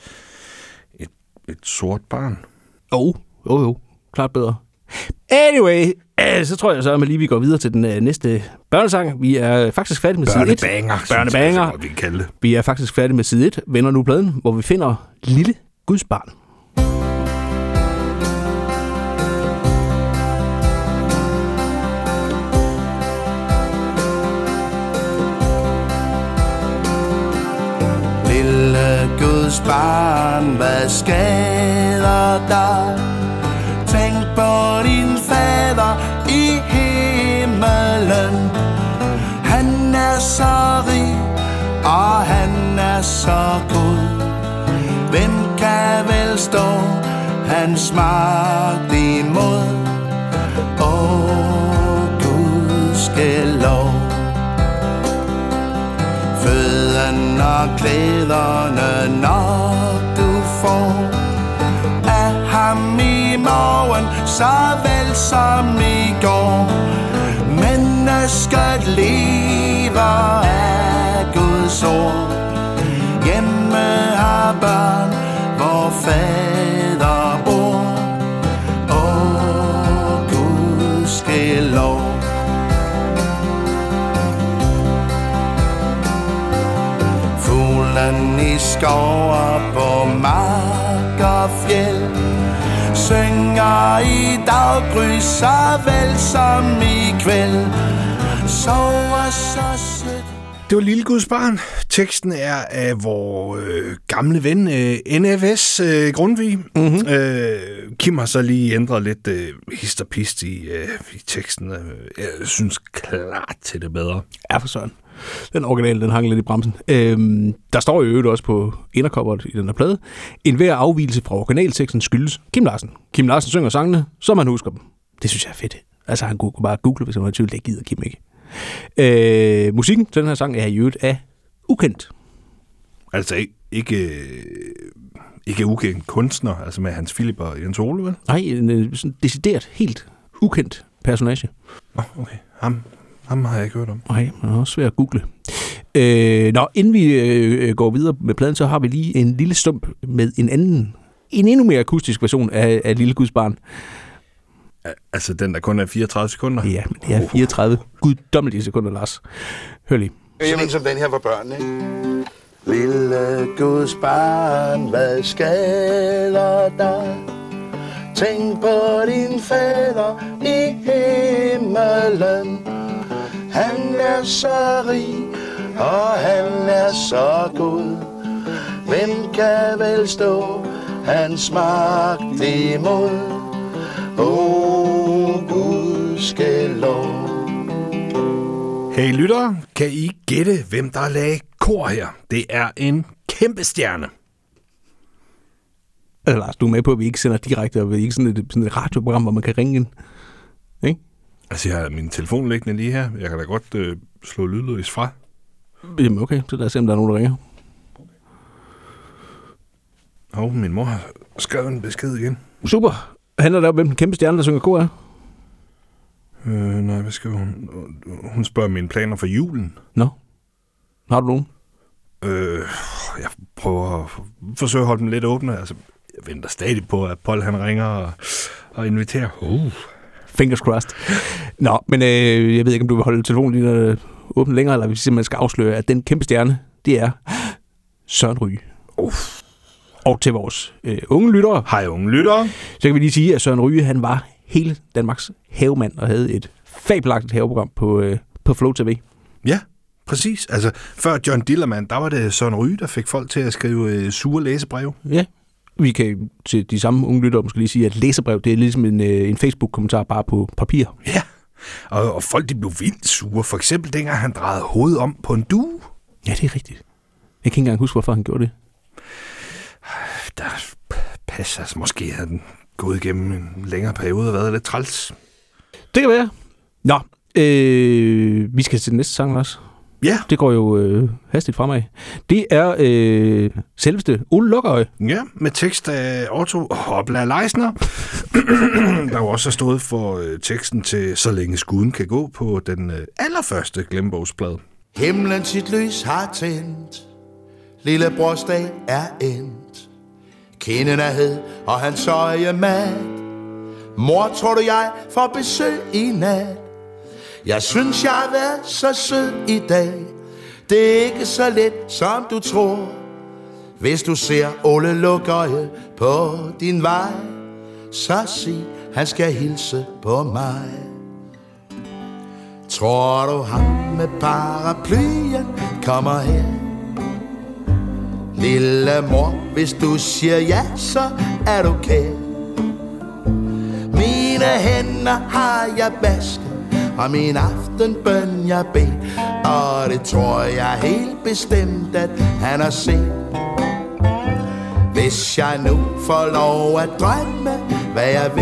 sort barn. Jo, klart bedre. Anyway, så tror jeg så, at vi går videre til den næste børnesang. Vi er faktisk færdige med side 1. Børnebanger. Vi er faktisk færdige med side 1. Vender nu pladen, hvor vi finder Lille Guds barn. Lille Guds barn, hvad skader dig? Tænk på din fader i himmelen. Han er så rig, og han er så god. Hvem kan vel stå hans magt imod? Gudskelov. Føden og klæderne, når du får af ham i morgen, så vel som i går. Mennesket lever af Guds ord. Hjemme har børn, hvor fader bor. Gudskelov. Fuglen i skov og på mark og fjeld synger i daggry, så vel som i kvæld. Sover så sødt. Det var Lille Guds barn. Teksten er af vores gamle ven, NFS Grundtvig. Mm-hmm. Kim har så lige ændret lidt hist og pist i teksten. Jeg synes klart til det bedre. Ja, for sådan. Den originale, den hang lidt i bremsen. Der står jo øvrigt også på indercoveret i den her plade. En hver afvigelse fra originalteksten skyldes Kim Larsen. Kim Larsen synger sangene, så man husker dem. Det synes jeg er fedt. Altså, han kunne bare google, hvis han var i tvivl. Det gider Kim ikke. Musikken til den her sang er i øvrigt af ukendt. Altså ikke ukendt kunstner, altså med Hans Philip og Jens Ole, vel? Nej, en sådan decideret, helt ukendt personage. Okay. Ham har jeg ikke hørt om. Nej, men det er også svært at google. Inden vi går videre med pladen, så har vi lige en lille stump med en endnu mere akustisk version af Lille Guds barn. Altså den, der kun er 34 sekunder? Ja, men det er 34 guddommelige sekunder, Lars. Hør lige. Sådan en som den her var børn, ikke? Lille Guds barn, hvad skader dig? Tænk på din fader i himmelen. Han er så rig, og han er så god. Hvem kan vel stå hans magt imod? Gudskelov. Hey lyttere, kan I gætte, hvem der lagde kor her? Det er en kæmpe stjerne. Altså Lars, du er med på, at vi ikke sender direkte, og vi ikke sådan et radioprogram, hvor man kan ringe ind. Ikke? Altså, jeg har min telefon liggende lige her. Jeg kan da godt slå lydløs fra. Jamen okay, så lad os se, om der er nogen, der ringer. Min mor har skrevet en besked igen. Super. Handler det om, hvem den kæmpe stjerne, der synger kor er? Nej, hvad skriver hun? Hun spørger mine planer for julen. Nå. Har du nogen? Jeg prøver at forsøge at holde dem lidt åbne. Altså, jeg venter stadig på, at Paul han ringer og inviterer. Fingers crossed. Nå, men jeg ved ikke, om du vil holde telefonen lige åbent længere, eller vi simpelthen skal afsløre, at den kæmpe stjerne, det er Søren Ryge. Og til vores unge lyttere. Hej unge lyttere. Så kan vi lige sige, at Søren Ryge, han var hele Danmarks havemand og havde et fabelagtigt haveprogram på Flow TV. Ja, præcis. Altså, før John Dillermand, der var det Søren Ryge, der fik folk til at skrive sure læsebrev. Ja, vi kan til de samme unge lyttere måske lige sige, at læsebrev, det er ligesom en Facebook-kommentar bare på papir. Ja, og folk de blev vildt sure. For eksempel dengang han drejede hovedet om på en due. Ja, det er rigtigt. Jeg kan ikke engang huske, hvorfor han gjorde det. Der passer altså, måske havde den gået igennem en længere periode og været lidt træls. Det kan være. Nå, vi skal til den næste sang også. Ja. Det går jo hastigt fremad. Det er selveste Ole Lukøje. Ja, med tekst af Otto Hopla Leisner, der jo også har stået for teksten til Så længe skuden kan gå på den allerførste glemmebogsplade. Himlen sit lys har tændt, lillebrors dag er endt. Kinden er hed, og hans øje mat. Mor, tror du jeg får besøg i nat? Jeg synes jeg har været så sød i dag. Det er ikke så let som du tror. Hvis du ser Ole Lukøje på din vej, så sig han skal hilse på mig. Tror du ham med paraplyen kommer her? Lille mor, hvis du siger ja, så er du kær. Mine hænder har jeg vasket, og min aftenbøn jeg bed, og det tror jeg helt bestemt, at han har set. Hvis jeg nu får lov at drømme, hvad jeg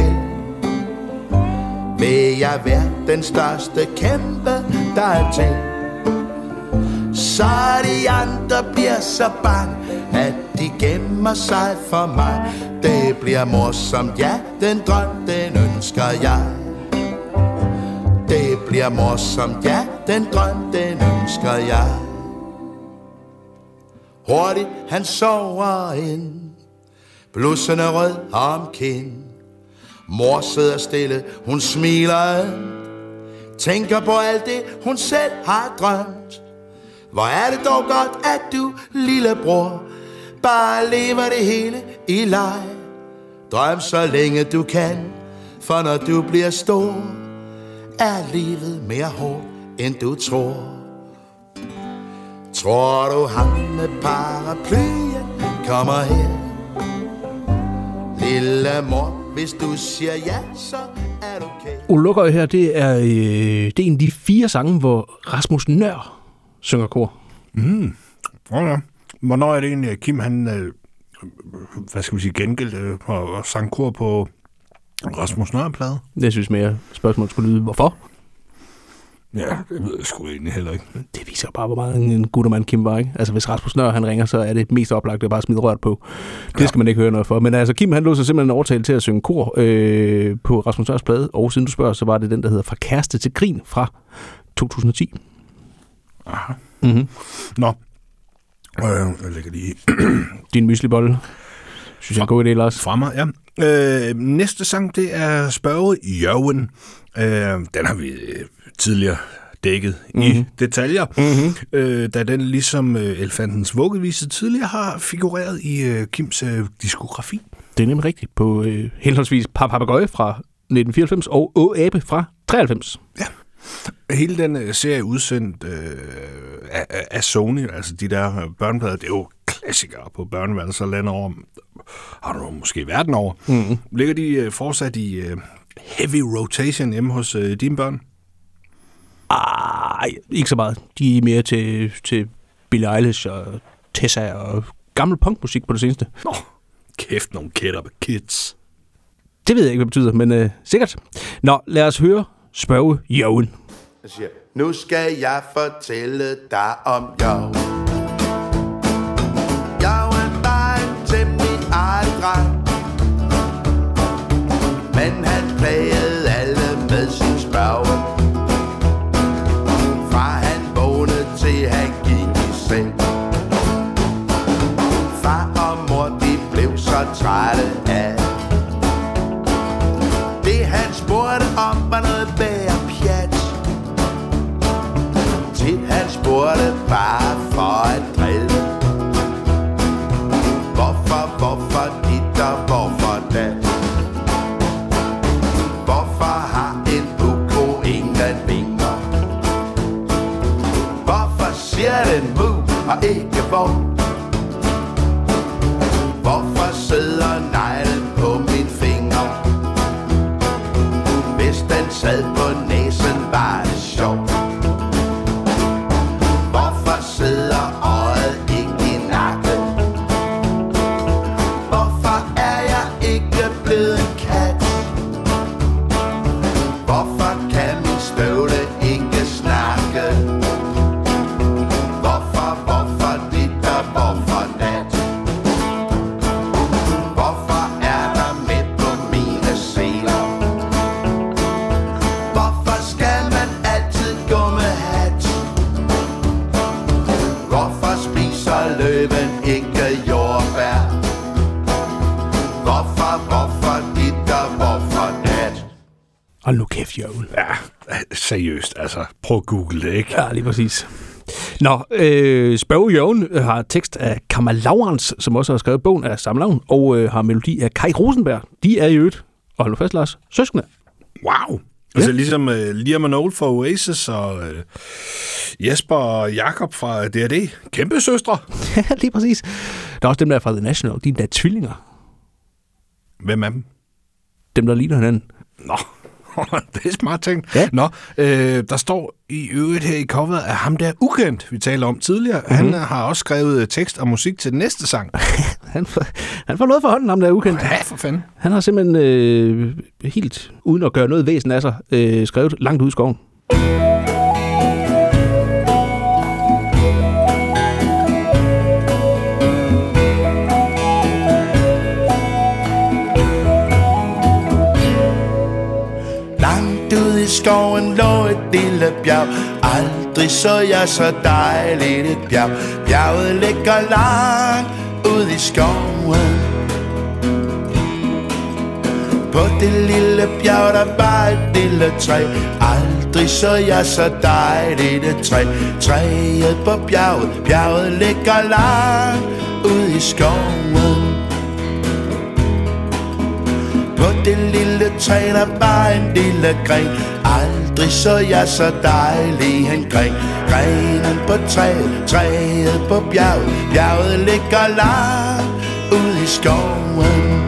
vil jeg være den største kæmpe, der er til. Så de andre bliver så bange, at de gemmer sig for mig. Det bliver morsomt, ja, den drøm, den ønsker jeg. Det bliver morsomt, ja, den drøm, den ønsker jeg. Hurtigt han sover ind, blussen er rød om kind. Mor sidder stille, hun smiler, tænker på alt det, hun selv har drømt. Hvor er det dog godt, at du, lillebror, bare lever det hele i leg. Drøm så længe du kan, for når du bliver stor, er livet mere hårdt, end du tror. Tror du ham med paraplyen kommer her? Lille mor, hvis du siger ja, så er du okay. Ole Lukøje her, det er en af de 4 sange, hvor Rasmus Nøhr synger kor. Okay. Hvornår er det egentlig, at Kim han, hvad skal vi sige, gengældt og sang kor på Rasmus Nøhr-plade? Jeg synes mere, spørgsmålet skulle lyde, hvorfor? Ja, det ved jeg sgu egentlig heller ikke. Det viser bare, hvor meget en guttermand Kim var, ikke? Altså, hvis Rasmus Nøhr han ringer, så er det mest oplagt at bare smide rørt på. Det skal man ikke høre noget for. Men altså, Kim han lå sig simpelthen overtalt til at synge kor på Rasmus Nøhrs plade, og siden du spørger, så var det den, der hedder Fra kæreste til grin fra 2010. Aha. Mm-hmm. Nå. Jeg lægger lige din myslibolle. Synes jeg er en god idé, Lars. Fra mig, ja. Næste sang, det er Spørge Jørgen. Den har vi tidligere dækket i detaljer, da den ligesom Elefantens Vuggevise tidligere har figureret i Kims diskografi. Det er nemlig rigtigt på henholdsvis Papagøje fra 1994 og Abe fra 93. Ja. Hele den serie udsendt af Sony, altså de der børneplader, det er jo klassikere på børneværelser landet over, har du måske verden over. Ligger de fortsat i heavy rotation hjemme hos dine børn? Ej, ikke så meget. De er mere til Billie Eilish og Tessa og gammel punkmusik på det seneste. Nå, kæft nogle kætter med kids. Det ved jeg ikke, hvad det betyder, men sikkert. Nå, lad os høre Spørge Joven. Jeg siger, nu skal jeg fortælle dig om Joven. Joven var en temmelig artig dreng, men han plagede alle med sin spørge. Fra han vågnede til han gik i seng. Far og mor, de blev så trætte af det han spurgte om, var noget bære pjat. Til han spurgte bare for at drille. Hvorfor dit og hvorfor dat? Hvorfor har en buko ingen vinger? Hvorfor siger den mu og ikke hvor? Hvorfor sidder neglen på min finger? Hvis den sad på næsen, var det sjovt. Hvorfor sidder øjet ikke i nakken? Hvorfor er jeg ikke blevet en kat? Hvorfor kan min støvle ikke snakke? Hvorfor dit og hvorfor nat? Hvorfor er der midt på mine seler? Hvorfor skal man altid gå med hat? Hvorfor spiser løven ikke jordbær? Hvorfor dit og hvorfor nat? Og nu kæft, Joven. Ja, seriøst, altså. Prøv at google det, ikke? Ja, lige præcis. Nå, Spørge Joven har tekst af Kamal Laurens, som også har skrevet bogen af samme navn, og har melodi af Kai Rosenberg. De er i øvrigt, og hold nu fast, Lars, søskende. Wow. Altså ligesom Liam and Noel fra Oasis og Jesper og Jakob fra D&D. Kæmpe søstre. Ja, lige præcis. Der er også dem, der er fra The National. De er tvillinger. Hvem er dem? Dem, der ligner hinanden. Nå, det er smart tænkt. Ja. Nå, der står i øvrigt her i coveret af ham der Ukendt, vi talte om tidligere. Mm-hmm. Han har også skrevet tekst og musik til den næste sang. han får noget for hånden, ham der Ukendt. Ja, for fanden. Han har simpelthen helt uden at gøre noget væsen af sig, skrevet Langt ud i skoven. I skoven lå et lille bjerg. Aldrig så jeg så dejligt et bjerg. Bjerget ligger langt ud i skoven. På det lille bjerg der var et lille træ. Aldrig så jeg så dejligt et træ. Træet på bjerget. Bjerget ligger langt ud i skoven. På det lille træ der var en lille gren. Aldrig så jeg så dejlig en gren. Grenen på træet, træet på bjerget. Bjerget ligger langt ud i skoven.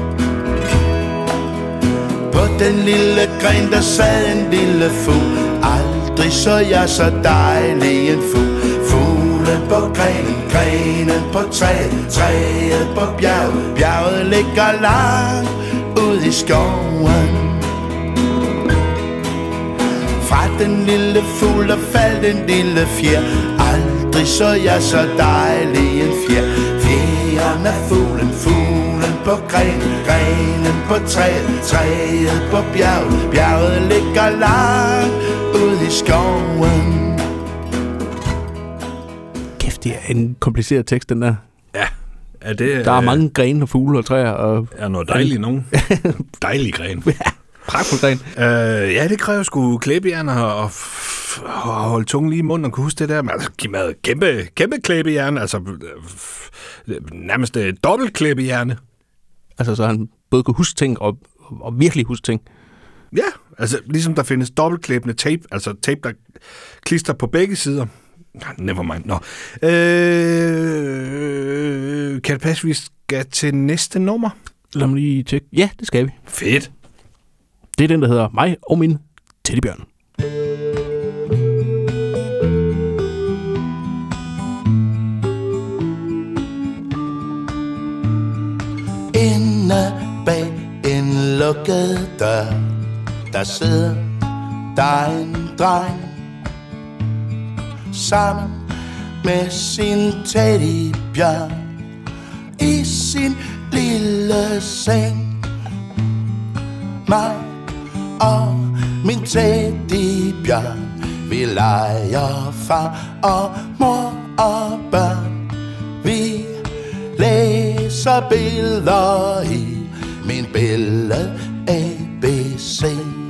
På den lille gren der sad en lille fugl. Aldrig så jeg så dejlig en fugl. Fuglen på grenen, grenen på træet, træet på bjerget. Bjerget ligger langt ud i skoven. Fra den lille fugl der faldt en lille fjer. Aldrig så jeg så dejlig en fjer. Fjeren er fuglen, fuglen på grenen, grenen på træet, træet på bjerget. Bjerget ligger langt ud i skoven. Kæft, det er en kompliceret tekst, den der. Ja. Er det, der er mange grene og fugle og træer. Og er noget dejligt nogen. Dejlig gren. Ja, pragtfuld gren. Ja, det kræver sgu klæbejern og holde tungen lige i munden og kunne huske det der. Men altså, giv mig kæmpe klæbejern. Altså, nærmest dobbelt klæbejerne. Altså, så han både kunne huske ting og virkelig huske ting. Ja, altså ligesom der findes dobbeltklæbende tape, altså tape, der klister på begge sider. Never mind. Nå. Kan det passe, vi skal til næste nummer? Lad mig lige tjekke. Ja, det skal vi. Fedt. Det er den, der hedder Mig og min teddybjørn. sidder der en dreng sammen med sin teddybjørn i sin lille seng. Mig og min teddybjørn, vi leger far og mor og børn. Vi læser billeder i min billede ABC.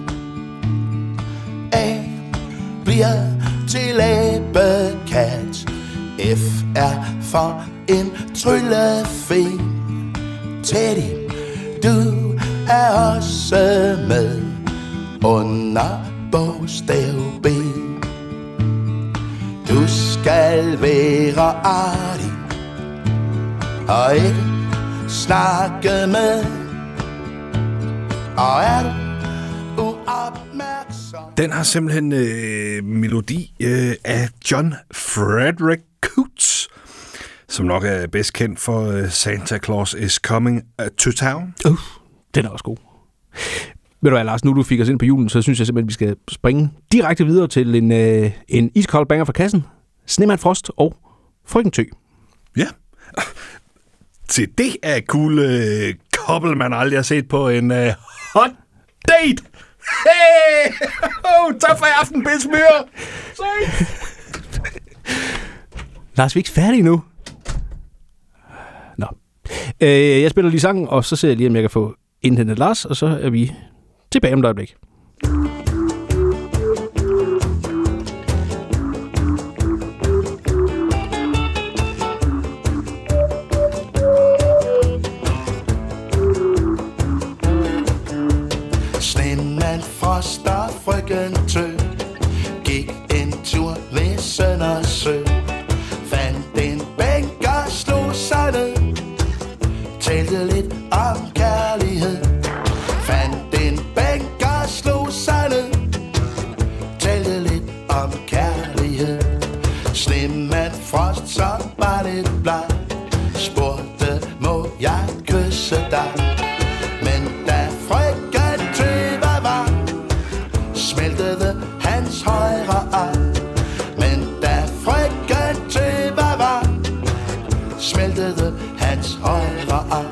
A bliver til æbekat. F er for en tryllefe. Teddy, du er også med under bogstav B. Du skal være artig og ikke snakke med. Og er du uopmærksom? Den har simpelthen melodi af John Frederick Coots, som nok er bedst kendt for Santa Claus is Coming to Town. Den er også god. Ved du hvad, Lars, nu du fik os ind på julen, så synes jeg simpelthen, vi skal springe direkte videre til en iskold banger fra kassen. Snemand Frost og Frøken Tø. Ja. Se, det er et cool couple, man aldrig har set på en hot date. Hey! Tak for i aften, Bismyr! Lars, vi er ikke færdige nu. Nå. Jeg spiller lige sangen, og så ser jeg lige, om jeg kan få indhentet Lars, og så er vi tilbage om et øjeblik. Snemand Frost og Frøken Tø gik en tur ved Søndersø. Fandt en bænk og slog sig ned. Talte lidt om kærlighed. Fandt en bænk og slog sig ned. Talte lidt om kærlighed. Snemand Frost, som var lidt bleg, spurgte, må jeg kysse dig? Men da Frøken Tø var, smeltede hans højre arm. Men da Frøken Tø var, smeltede hans højre arm.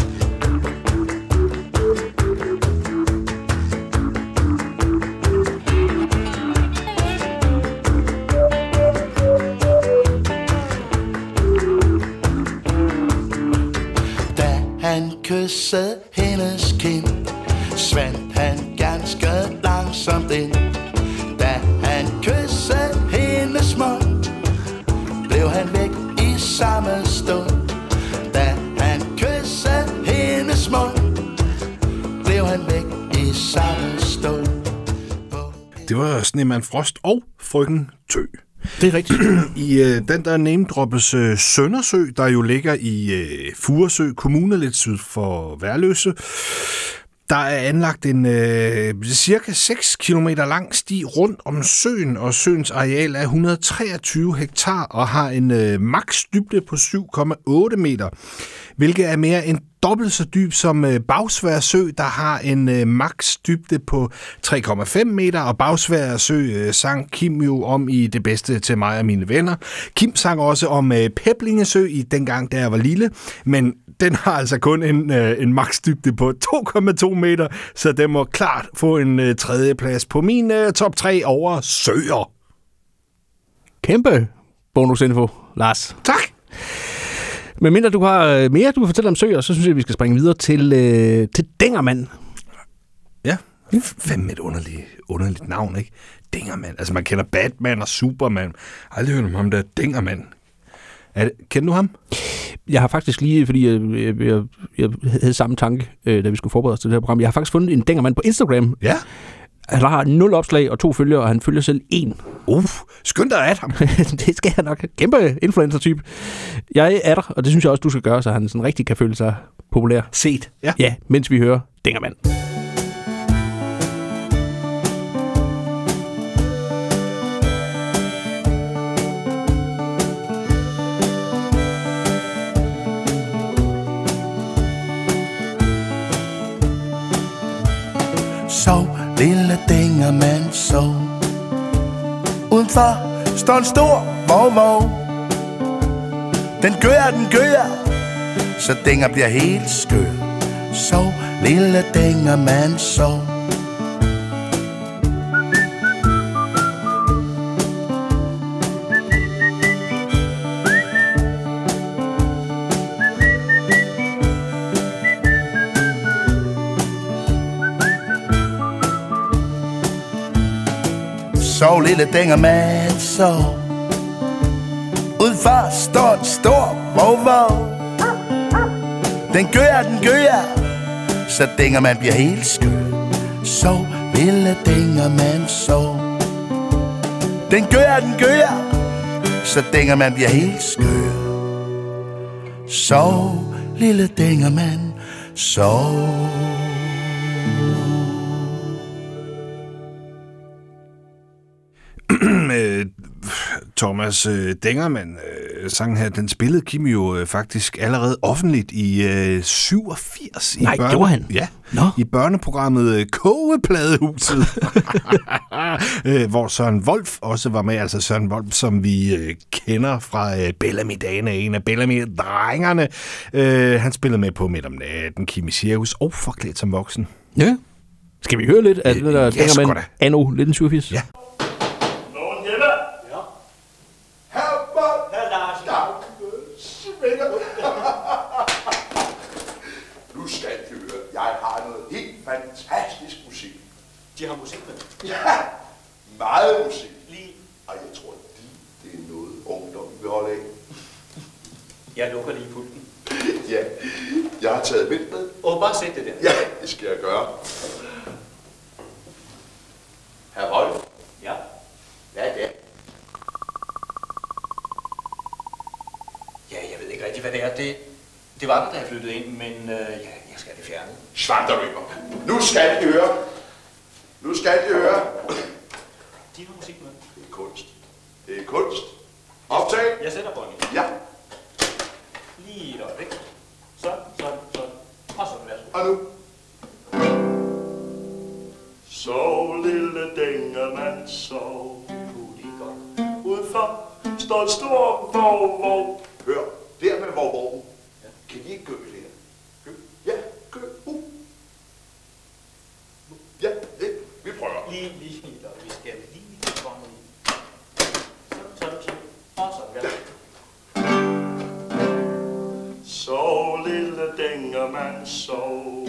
Da han kyssede hendes kind, svandt han ganske langsomt ind. Da han kyssede hendes mund, blev han væk i samme stund. Da han kyssede hendes mund, blev han væk i samme stund. Det var Snemand Frost og Frøken Tø. Det er rigtigt. I den der name-droppes Søndersø, der jo ligger i Furesø Kommune, lidt syd for Værløse, der er anlagt en cirka 6 kilometer lang sti rundt om søen, og søens areal er 123 hektar og har en maks dybde på 7,8 meter, hvilket er mere end dobbelt så dyb som Bagsværd Sø, der har en maks dybde på 3,5 meter, og Bagsværd Sø sang Kim jo om i Det bedste til mig og mine venner. Kim sang også om Peblingesø i dengang, da jeg var lille, men den har altså kun en maks dybde på 2,2 meter, så den må klart få en tredjeplads på min top 3 over søer. Kæmpe bonusinfo, Lars. Tak! Men mindre du har mere, du kan fortælle om søer, så synes jeg, vi skal springe videre til Dengermand. Ja, fandme et underligt navn, ikke? Dengermand. Altså, man kender Batman og Superman. Jeg har aldrig hørt om ham der Dengermand. Kender du ham? Jeg har faktisk lige, fordi jeg havde samme tanke, da vi skulle forberede os til det her program. Jeg har faktisk fundet en Dengermand på Instagram. Ja. Han har 0 opslag og 2 følgere, og han følger selv 1. Skynd dig at ham. Det skal jeg nok. Kæmpe influencer-type. Jeg er der, og det synes jeg også, du skal gøre, så han sådan rigtig kan føle sig populær. Set. Ja, mens vi hører Dengermand. Sov, lille Udenfor står en stor vov. Den gør, så Dinger bliver helt skør. Sov, lille Dinger, man sov. Sov, lille Dinger, man sov. Udenfor står en stor vov. Den gør, så Dinger, man bliver helt skør. Sov, lille Dinger, man sov. Den gør, så Dinger, man bliver helt skør. Sov, lille Dinger, man sov. Thomas Dengermann sangen her, den spillede Kim jo faktisk allerede offentligt i 87. Nej, gjorde han? Ja, i børneprogrammet Kogepladehuset, hvor Søren Wolf også var med. Altså Søren Wolf, som vi kender fra Bellamy-dagene, en af Bellamy-drengerne. Han spillede med på Midt om natten, Kim i Cirkus og Forklædt som voksen. Ja. Skal vi høre lidt af det der Dengermann anno 1987? Ja. Nu skal I høre, jeg har noget helt fantastisk musik. De har musik med? Ja, meget musik. Lige. Og jeg tror, det er noget ungdom vil holde af. Jeg lukker lige pulten. Ja, jeg har taget vildt med. Bare sæt det der. Ja, det skal jeg gøre. Herr Wolf? Ja? Hvad er det? Ja, jeg ved ikke rigtig, hvad det er. Det var der, da jeg flyttede ind, men jeg skal det fjerne. Svanderøber. Nu skal I høre. Nu skal I høre. De har musik med. Det er kunst. Det er kunst. Optag. Jeg sætter båndet. Ja. Lige et øjeblik. Sådan. Og så værsgo. Og nu. Sov, lille Dengermann, sov. Det er godt. Udenfor står en stor vov. Hør. Der med vognen. Ja. Kan I ikke gø det her? Gø? Ja, gø. Ja, det. Vi prøver. Lige helt op. Vi skal lige til båndet i. Sådan. Og så værsgo. Sov, lille Dengermann, sov.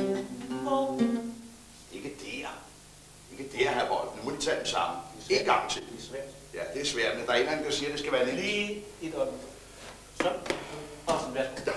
Ikke der, herr Wolf. Nu må de tage dem sammen. En gang til. Det er svært. Ja, det er svært, men der er en anden, der siger, at det skal være nemt. Lige et øjeblik. Sådan. Og så værsgo.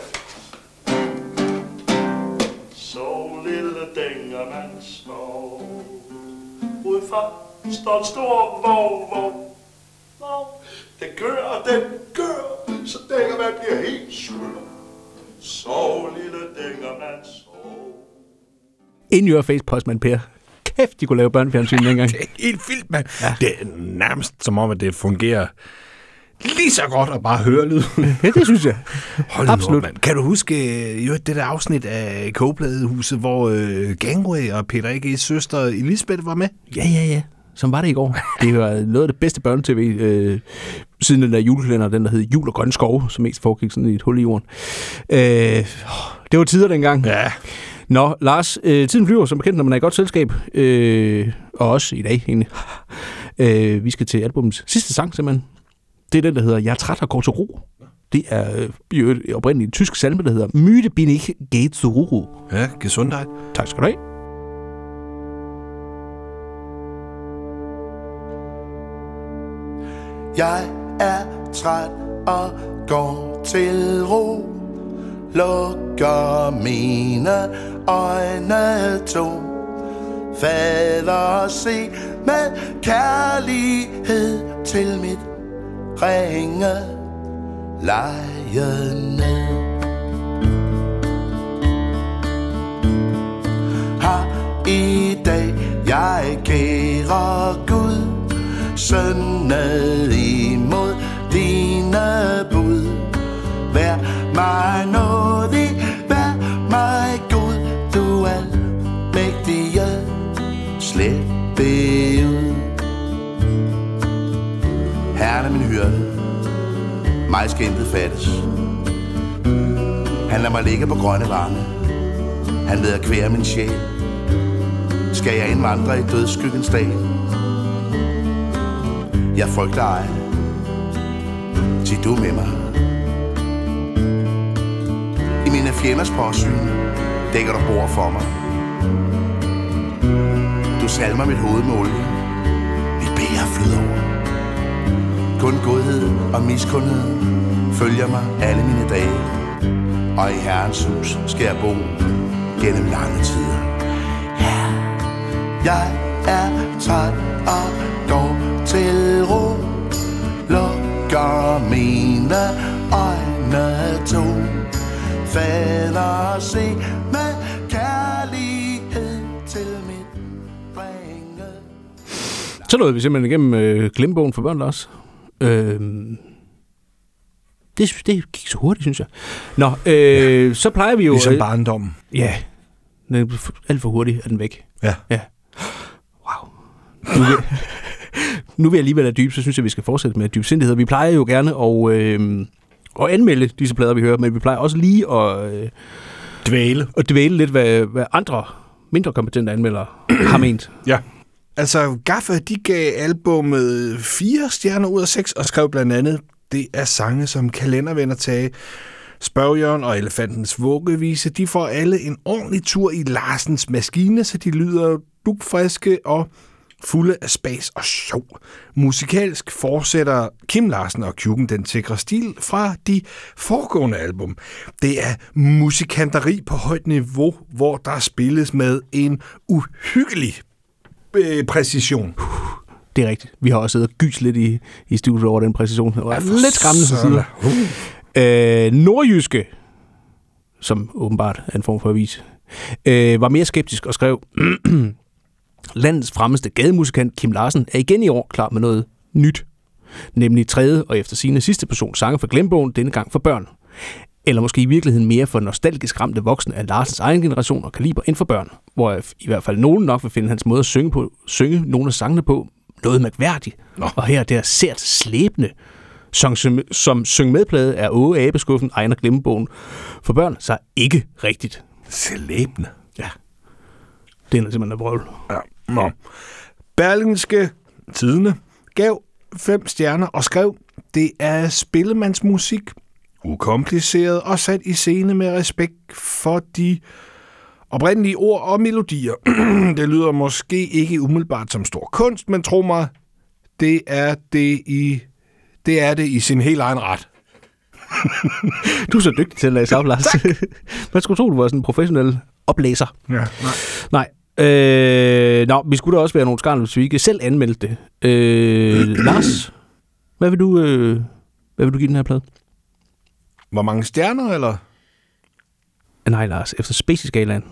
Sov, lille Dengermann, sov. Udenfor står en stor vov. Den gør, så Dengermann bliver helt skør. Sov, lille Dengermann, sov. In your face, Postman Per. Kæft, de kunne lave børnefjernsyn dengang. Det er helt vildt, mand. Ja. Det er nærmest som om, at det fungerer lige så godt at bare høre lyden. Ja, det synes jeg. Hold absolut. Op, mand. Kan du huske jo det der afsnit af Kogepladehuset, hvor Gangway og Peter A.G.'s søster Elisabeth var med? Ja. Som var det i går. Det var noget af det bedste børnetv siden den der julekalender, den der hed Jul og Grøn Skov, som mest foregik sådan i et hul i jorden. Det var tider dengang. Ja. Nå, Lars, tiden flyver som bekendt, når man er i godt selskab. Og også i dag, egentlig. Vi skal til albumets sidste sang, simpelthen. Det er den, der hedder Jeg er træt og går til ro. Det er oprindeligt en tysk salme, der hedder Müde bin ich, geh zur Ruhe. Ja, gesundheit. Tak skal du have. Jeg er træt og går til ro. Lukker mine øjne to. Fader, se med kærlighed til mit ringe lejende. Har i dag jeg kære Gud syndet imod dine bud. Vær mig nådig, vær mig god, du almægtige, slet det ud. Herren er min hyrde, mig skal intet fattes. Han lader mig ligge på grønne vange, han ved at kvære min sjæl. Skal jeg indvandre i dødsskyggens dal? Jeg frygter ej, til du er med mig. I mine fjenders påsyn dækker du bord for mig. Du salmer mit hoved med olie, mit bæger flyder over. Kun godhed og miskundhed følger mig alle mine dage, og i Herrens hus skal jeg bo gennem lange tider. Ja, jeg er træt og går til ro, lukker mine øjne to. Fader, se med kærlighed til mit bringe. Så nåede vi simpelthen igennem Glemmebogen for børn, Lars. Det gik så hurtigt, synes jeg. Nå, så plejer vi jo... Ligesom barndommen. Ja, alt for hurtigt er den væk. Ja. Wow. Nu vil jeg alligevel have dyb, så synes jeg, vi skal fortsætte med dybsindighed. Vi plejer jo gerne at anmelde disse plader, vi hører, men vi plejer også lige at dvæle lidt, hvad andre mindre kompetente anmeldere har ment. Ja. Altså, Gaffa, de gav albummet 4 stjerner ud af 6, og skrev blandt andet, det er sange som Kalendervennertage, Spørgjørn og Elefantens Vuggevise. De får alle en ordentlig tur i Larsens maskine, så de lyder dugfriske og fulde af spas og sjov. Musikalsk fortsætter Kim Larsen og Kjuken den sikre stil fra de foregående album. Det er musikanteri på højt niveau, hvor der spilles med en uhyggelig præcision. Det er rigtigt. Vi har også siddet og gyst lidt i studiet over den præcision. Det var lidt skræmmende til sider. Nordjyske, som åbenbart er en form for avis, var mere skeptisk og skrev, landets fremmeste gademusikant Kim Larsen er igen i år klar med noget nyt. Nemlig tredje og efter sine sidste person sange for Glemmebogen, denne gang for børn. Eller måske i virkeligheden mere for nostalgisk ramte voksne af Larsens egen generation og kaliber end for børn, hvor i hvert fald nogen nok vil finde hans måde at synge nogle af sangene på noget mærkværdigt. Og her er det sært slæbende. Som syng medplade er Åge Abeskuffen, Ejner Glemmebogen for børn, så ikke rigtigt. Slæbende? Ja. Det er simpelthen en brøvl. Ja. Nå. Berlingske Tidende gav 5 stjerner og skrev, det er spillemandsmusik, ukompliceret og sat i scene med respekt for de oprindelige ord og melodier. Det lyder måske ikke umiddelbart som stor kunst, men tro mig, det er det i sin helt egen ret. Du er så dygtig til at læse op, Lars. Man skulle tro, du var sådan en professionel oplæser. Ja, nej. Vi skulle da også være nogle skarne, hvis vi ikke selv anmeldte det. Lars, hvad vil du give den her plade? Hvor mange stjerner, eller? Nej, Lars, efter Spacey-skalaen.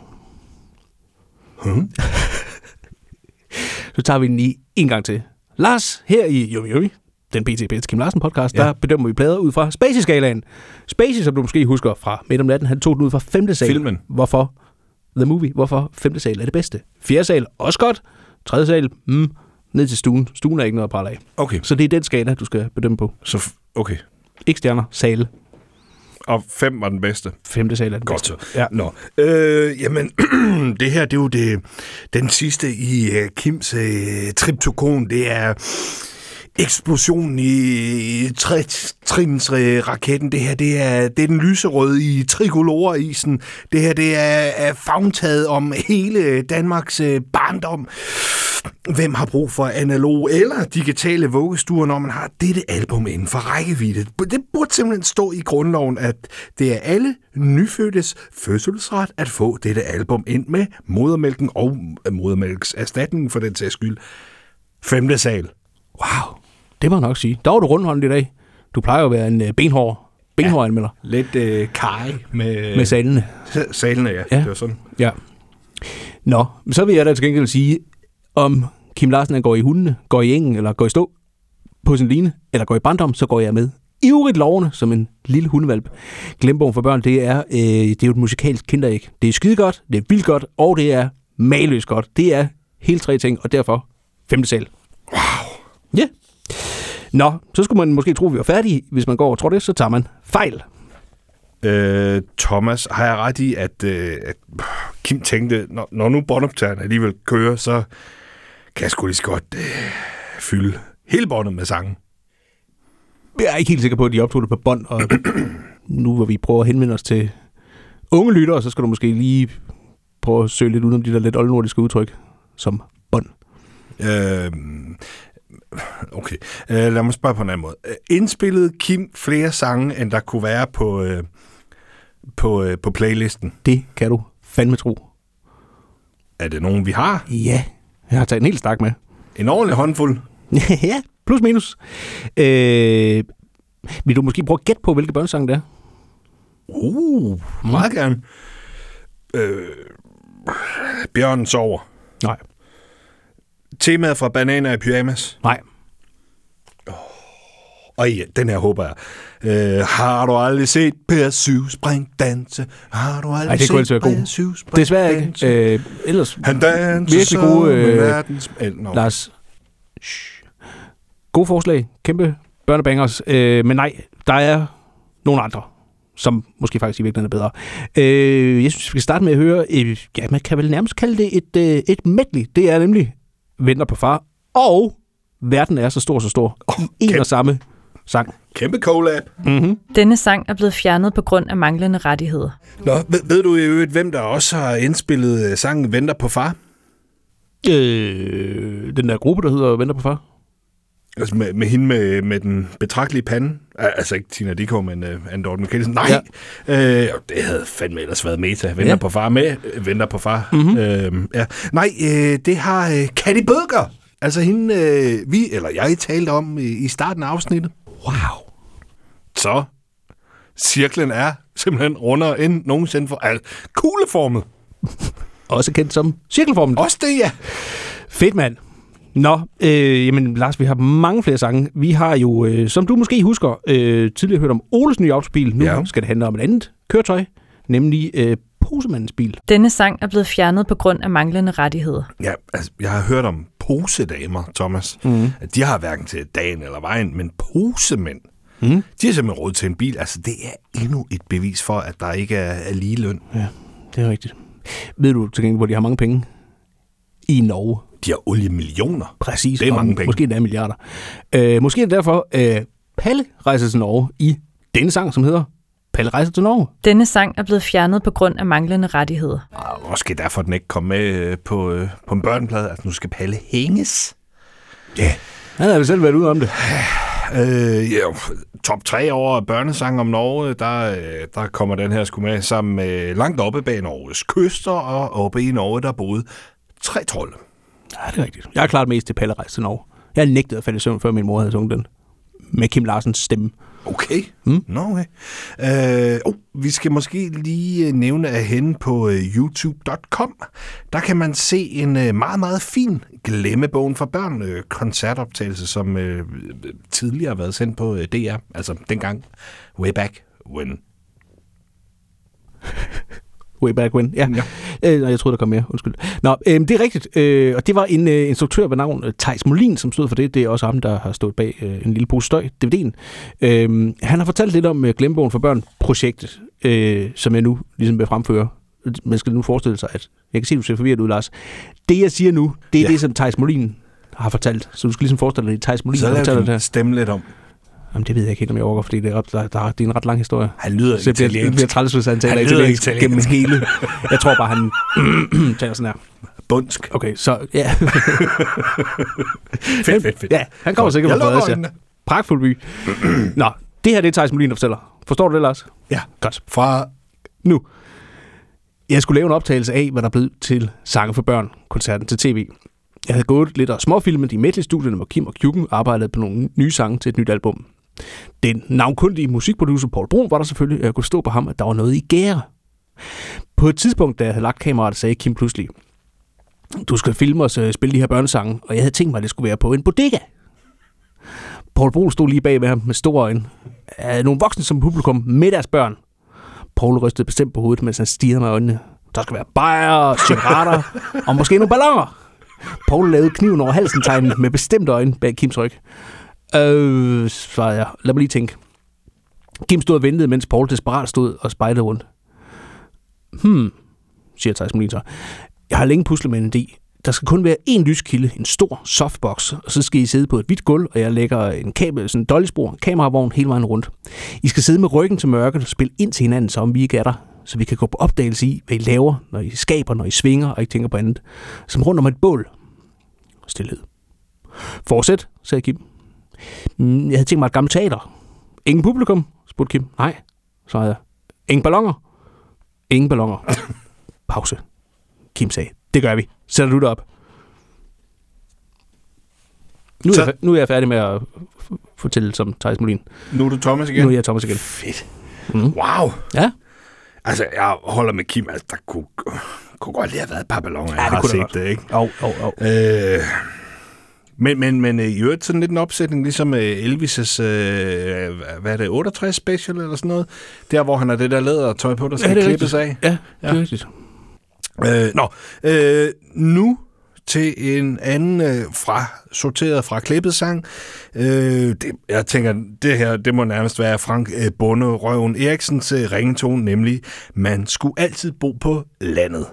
Så tager vi den lige en gang til. Lars, her i Yumi, den BT Kim Larsen podcast, der bedømmer vi plader ud fra Spacey-skalaen. Spacey, som du måske husker fra Midt om natten, han tog den ud fra 5. sal. Filmen. Hvorfor? The Movie. Hvorfor 5. sal er det bedste? 4. sal, også godt. 3. sal, ned til stuen. Stuen er ikke noget at prale af. Okay. Så det er den skala, du skal bedømme på. Så, okay. Ikke stjerner, sale. Og 5 var den bedste. 5. sal er den bedste. Godt så. Ja. Nå. Jamen, det her, det er jo den sidste i Kims triptykon. Det er eksplosionen i tretrins raketten. Det her, det er den lyserøde i tricolore-isen. Det her, det er favntaget om hele Danmarks barndom. Hvem har brug for analog eller digitale vuggestuer, når man har dette album inden for rækkevidde? Det burde simpelthen stå i grundloven, at det er alle nyfødtes fødselsret at få dette album ind med modermælken og modermælkserstatningen for den sags skyld. 5. sal. Wow, det må jeg nok sige. Der var du rundhåndet i dag. Du plejer jo at være en benhård anmelder. Lidt kaj med salene. Salene, ja. Det var sådan. Ja. Nå, så vil jeg da til gengæld sige, om Kim Larsen han går i hundene, går i engen, eller går i stå på sin line, eller går i barndom, så går jeg med ivrigt lovende som en lille hundevalp. Glemmebogen for børn, det er jo et musikalsk kinderæg. Det er skide godt, det er vildt godt, og det er maløst godt. Det er hele 3 ting, og derfor 5. sal. Wow. Ja. Nå, så skulle man måske tro, at vi var færdige. Hvis man går og tror det, så tager man fejl. Thomas, har jeg ret i, at Kim tænkte, når nu båndoptageren alligevel kører, så kan jeg sgu lige så godt fylde hele båndet med sange. Jeg er ikke helt sikker på, at de optog det på bånd, og nu hvor vi prøver at henvende os til unge lyttere, så skal du måske lige prøve at søge lidt udenom de der lidt oldnordiske udtryk som bånd. Okay, lad mig spørge på en anden måde. Indspillede Kim flere sange, end der kunne være på playlisten? Det kan du fandme tro. Er det nogen, vi har? Ja, jeg har taget en helt stak med. En ordentlig håndfuld? Ja, plus minus. Vil du måske prøve at gætte på, hvilke børnesange det er? Meget gerne. Bjørnen sover. Nej. Temaet fra Bananer i pyjamas. Nej. Og ja, den her håber jeg. Har du aldrig set Per Syvspring danse? Har du aldrig set Per Syvspring desværre danse? ikke. Ellers han danser virkelig gode verdens... Lars. Gode forslag. Kæmpe børnebangers. Men nej, der er nogle andre, som måske faktisk i virkeligheden er bedre. Jeg synes, vi skal starte med at høre... ja, man kan vel nærmest kalde det et medley. Det er nemlig Venter på far. Og Verden er så stor. I en og samme sang. Kæmpe collab. Mm-hmm. Denne sang er blevet fjernet på grund af manglende rettigheder. Nå, ved du i øvrigt, hvem der også har indspillet sangen Venter på far? Den der gruppe, der hedder Venter på far? Altså med hende med den betragtelige pande. Altså ikke Tina Dickow, men Anne Dorthe Mikkelsen. Nej, ja. Det havde fandme ellers været meta. Venter på far med Venter på far. Mm-hmm. Ja. Nej, det har Katty Bødker. Altså hende, jeg talte om i starten af afsnittet. Wow. Så cirklen er simpelthen rundere end nogensinde for kugleformet. Også kendt som cirkelformet. Også det, ja. Fedt, mand. Nå, jamen Lars, vi har mange flere sange. Vi har jo, som du måske husker, tidligere hørt om Oles nye autobil. Nu skal det handle om et andet køretøj, nemlig Posemandens bil. Denne sang er blevet fjernet på grund af manglende rettigheder. Ja, altså, jeg har hørt om posedamer, Thomas. Mm. De har hverken til dagen eller vejen, men posemænd. De har simpelthen råd til en bil. Altså, det er endnu et bevis for, at der ikke er lige løn. Ja, det er rigtigt. Ved du til gengæld, hvor de har mange penge? I Norge. De har oliemillioner. Præcis. Det er mange penge. Måske endda milliarder. Måske er det derfor, Palle rejser til Norge i denne sang, som hedder Palle rejser til Norge. Denne sang er blevet fjernet på grund af manglende rettigheder. Måske derfor den ikke kom med på en børneplade. Altså, nu skal Palle hænges. Ja, han har vel selv været ude om det. Top 3 over børnesang om Norge, der kommer den her sgu med sammen med langt oppe bag Norges kyster, og oppe i Norge, der boede 3 trolde. Ja, det er rigtigt. Jeg er klart mest til Palle rejse til Norge. Jeg har nægtet at falde i søvn, før min mor havde sunget den. Med Kim Larsens stemme. Okay. Okay. Vi skal måske lige nævne af hende på youtube.com. Der kan man se en meget, meget fin Glemmebogen for børn koncertoptagelse, som tidligere har været sendt på DR. Altså dengang. Way back when. Way back when, ja. Jeg troede, der kom mere. Undskyld. Nå, det er rigtigt. Og det var en instruktør ved navn Theis Molin, som stod for det. Det er også ham, der har stået bag en lille pose støj, DVD'en. Han har fortalt lidt om Glemmebogen for børn-projektet, som jeg nu ligesom vil fremføre. Man skal nu forestille sig, at jeg kan se, at du ser forvirret ud, Lars. Det, jeg siger nu, det er det, som Theis Molin har fortalt. Så du skal ligesom forestille dig, at Theis Molin har fortalt det her. Så stemme lidt om. Jamen, det ved jeg ikke helt, om jeg overgår, fordi det er en ret lang historie. Han lyder så italiensk. Det bliver træls, hvis han taler italiensk gennem hele. Jeg tror bare, han taler sådan her. Bundsk. Okay, så ja. fedt. Ja, han kommer sikkert fra Fredericia. Pragtfuld by. Nå, det her det er Theis Molin, der fortæller. Forstår du det, Lars? Ja. Godt. Fra nu. Jeg skulle lave en optagelse af, hvad der blev til Sange for Børn, koncerten til tv. Jeg havde gået lidt og småfilmet i medley-studierne, hvor Kim og Kjukken arbejdede på nogle nye sange til et nyt album. Den navnkundige musikproducer Paul Brun var der selvfølgelig, og jeg kunne stå på ham, at der var noget i gære. På et tidspunkt, da jeg havde lagt kameraet, sagde Kim pludselig, du skal filme os spille de her børnesange, og jeg havde tænkt mig, at det skulle være på en bodega. Paul Brun stod lige bag ved ham med store øjne. Nogle voksne som publikum med deres børn. Paul rystede bestemt på hovedet, mens han stirrede mig i øjnene. Der skal være bajer, cigaretter og måske nogle balloner. Paul lavede kniven over halsen tegnet med bestemte øjne bag Kims ryg. Svarede jeg. Lad mig lige tænke. Kim stod og ventede, mens Paul desperat stod og spejdede rundt. Siger Theis Molin så. Jeg har længe puslet med en idé. Der skal kun være én lyskilde, en stor softbox, og så skal I sidde på et hvidt gulv, og jeg lægger en kabel, sådan en dollyspor, kameravogn hele vejen rundt. I skal sidde med ryggen til mørket og spille ind til hinanden, som vi ikke er der, så vi kan gå på opdagelse i, hvad I laver, når I skaber, når I svinger og ikke tænker på andet. Som rundt om et bål. Stilhed. Fortsæt, sagde Kim. Jeg havde tænkt mig et gammelt teater. Ingen publikum, spurgte Kim. Nej, svarede jeg. Ingen balloner? Ingen balloner. Pause. Kim sagde, det gør vi. Sætter du det op? Nu er jeg færdig med at fortælle som Theis Molin. Nu er du Thomas igen? Nu er jeg Thomas igen. Fedt. Wow. Ja. Altså, jeg holder med Kim. Altså, der kunne godt lige have været et par balloner. Ja, jeg det har kunne set det, ikke? Men i øvrigt sådan lidt en opsætning, ligesom Elvis' hvad er det, 68 special eller sådan noget? Der, hvor han har det der lædertøj på, der skal klippes af. Ja, det er rigtigt. Nu til en anden sorteret fra klippet sang. Jeg tænker, det her, det må nærmest være Frank Bonderøven Eriksens ringetone, nemlig, man skulle altid bo på landet.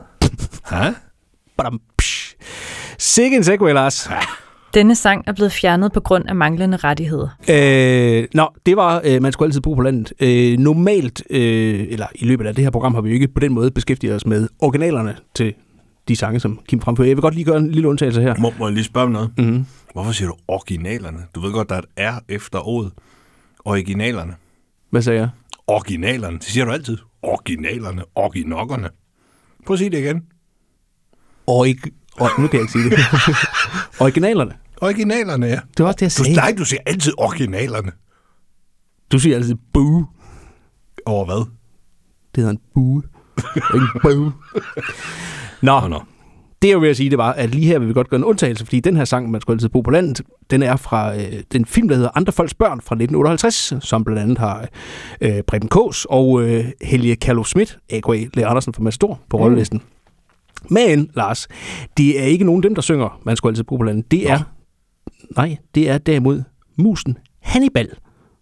Sikke en segway, Lars. Denne sang er blevet fjernet på grund af manglende rettigheder. Det var, man skulle altid bo på landet. Normalt, eller i løbet af det her program, har vi jo ikke på den måde beskæftiget os med originalerne til de sange, som Kim fremfører. Jeg vil godt lige gøre en lille undtagelse her. Må jeg lige spørge om noget? Mm-hmm. Hvorfor siger du originalerne? Du ved godt, der er et R efter ordet. Originalerne. Hvad sagde jeg? Originalerne. Det siger du altid. Originalerne. Originokkerne. Prøv at sige det igen. Nu kan jeg ikke sige det. Originalerne. Originalerne, ja. Det var også det, jeg sagde. Nej, du siger altid originalerne. Du siger altid boo. Over hvad? Det hedder en boo. Ikke boo. Nå. Det jeg vil sige, det var, at lige her vil vi godt gøre en undtagelse, fordi den her sang, man skulle altid bo på landet, den er fra den film, der hedder Andre Folks Børn fra 1958, som blandt andet har Preben Kaas og Helge Kallof Schmidt, a.k.a. Lea Andersen fra Matador på rollelisten. Men, Lars, det er ikke nogen af dem, der synger, man skulle altid bo på landet. Det er derimod musen Hannibal.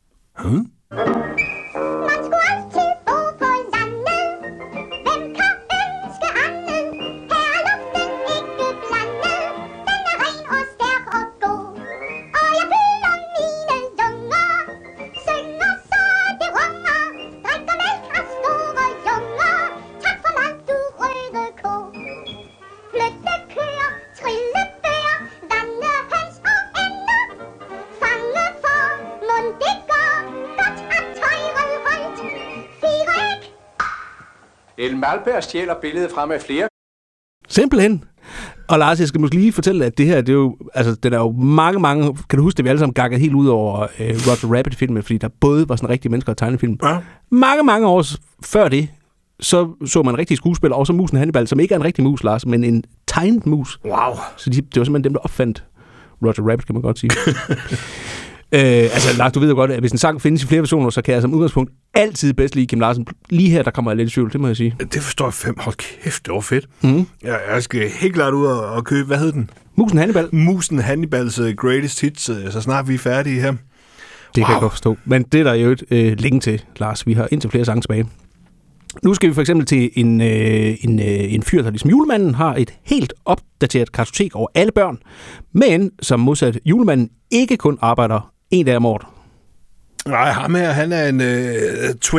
Man skulle altid bo på landet. Hvem kan ønske andet? Her er luften ikke blandet. Den er ren og stærk og god. Og jeg fylder mine lunger. Synger så det runger. Drikker mælk af store junger. Tak for mad, du røde ko. Flytte køer, trille bær. Vande høns og ender. Fange for mundikker. Godt at tøjret højt. Fire æg. Ellen Malberg stjæler billedet frem af flere. Simpelthen. Og Lars, jeg skal måske lige fortælle, at det her, det er jo, altså, den er jo mange, kan du huske det, vi alle sammen gakkede helt ud over Roger Rabbit-filmen, fordi der både var sådan rigtige mennesker og tegnefilm. Ja. Mange år før det, så man rigtig skuespiller, og så musen Hannibal, som ikke er en rigtig mus, Lars, men en tegnet mus. Wow. Så det var simpelthen dem, der opfandt Roger Rabbit, kan man godt sige. Lars, du ved jo godt, at hvis en sang findes i flere versioner, så kan jeg som udgangspunkt altid bedst lide Kim Larsen. Lige her, der kommer jeg lidt i tvivl, det må jeg sige. Det forstår jeg fem. Hold kæft, det var fedt. Jeg skal helt klart ud og købe, hvad hed den? Musen Hannibal. Musen Hannibals Greatest Hits, så snart vi er færdige her. Det kan jeg godt forstå. Men det er der jo længe til, Lars. Vi har indtil flere sange tilbage. Nu skal vi for eksempel til en fyr, der ligesom julemanden har et helt opdateret kartotek over alle børn, men som modsat julemanden ikke kun arbejder en dag om året. Nej, ham her, han er en 24/7,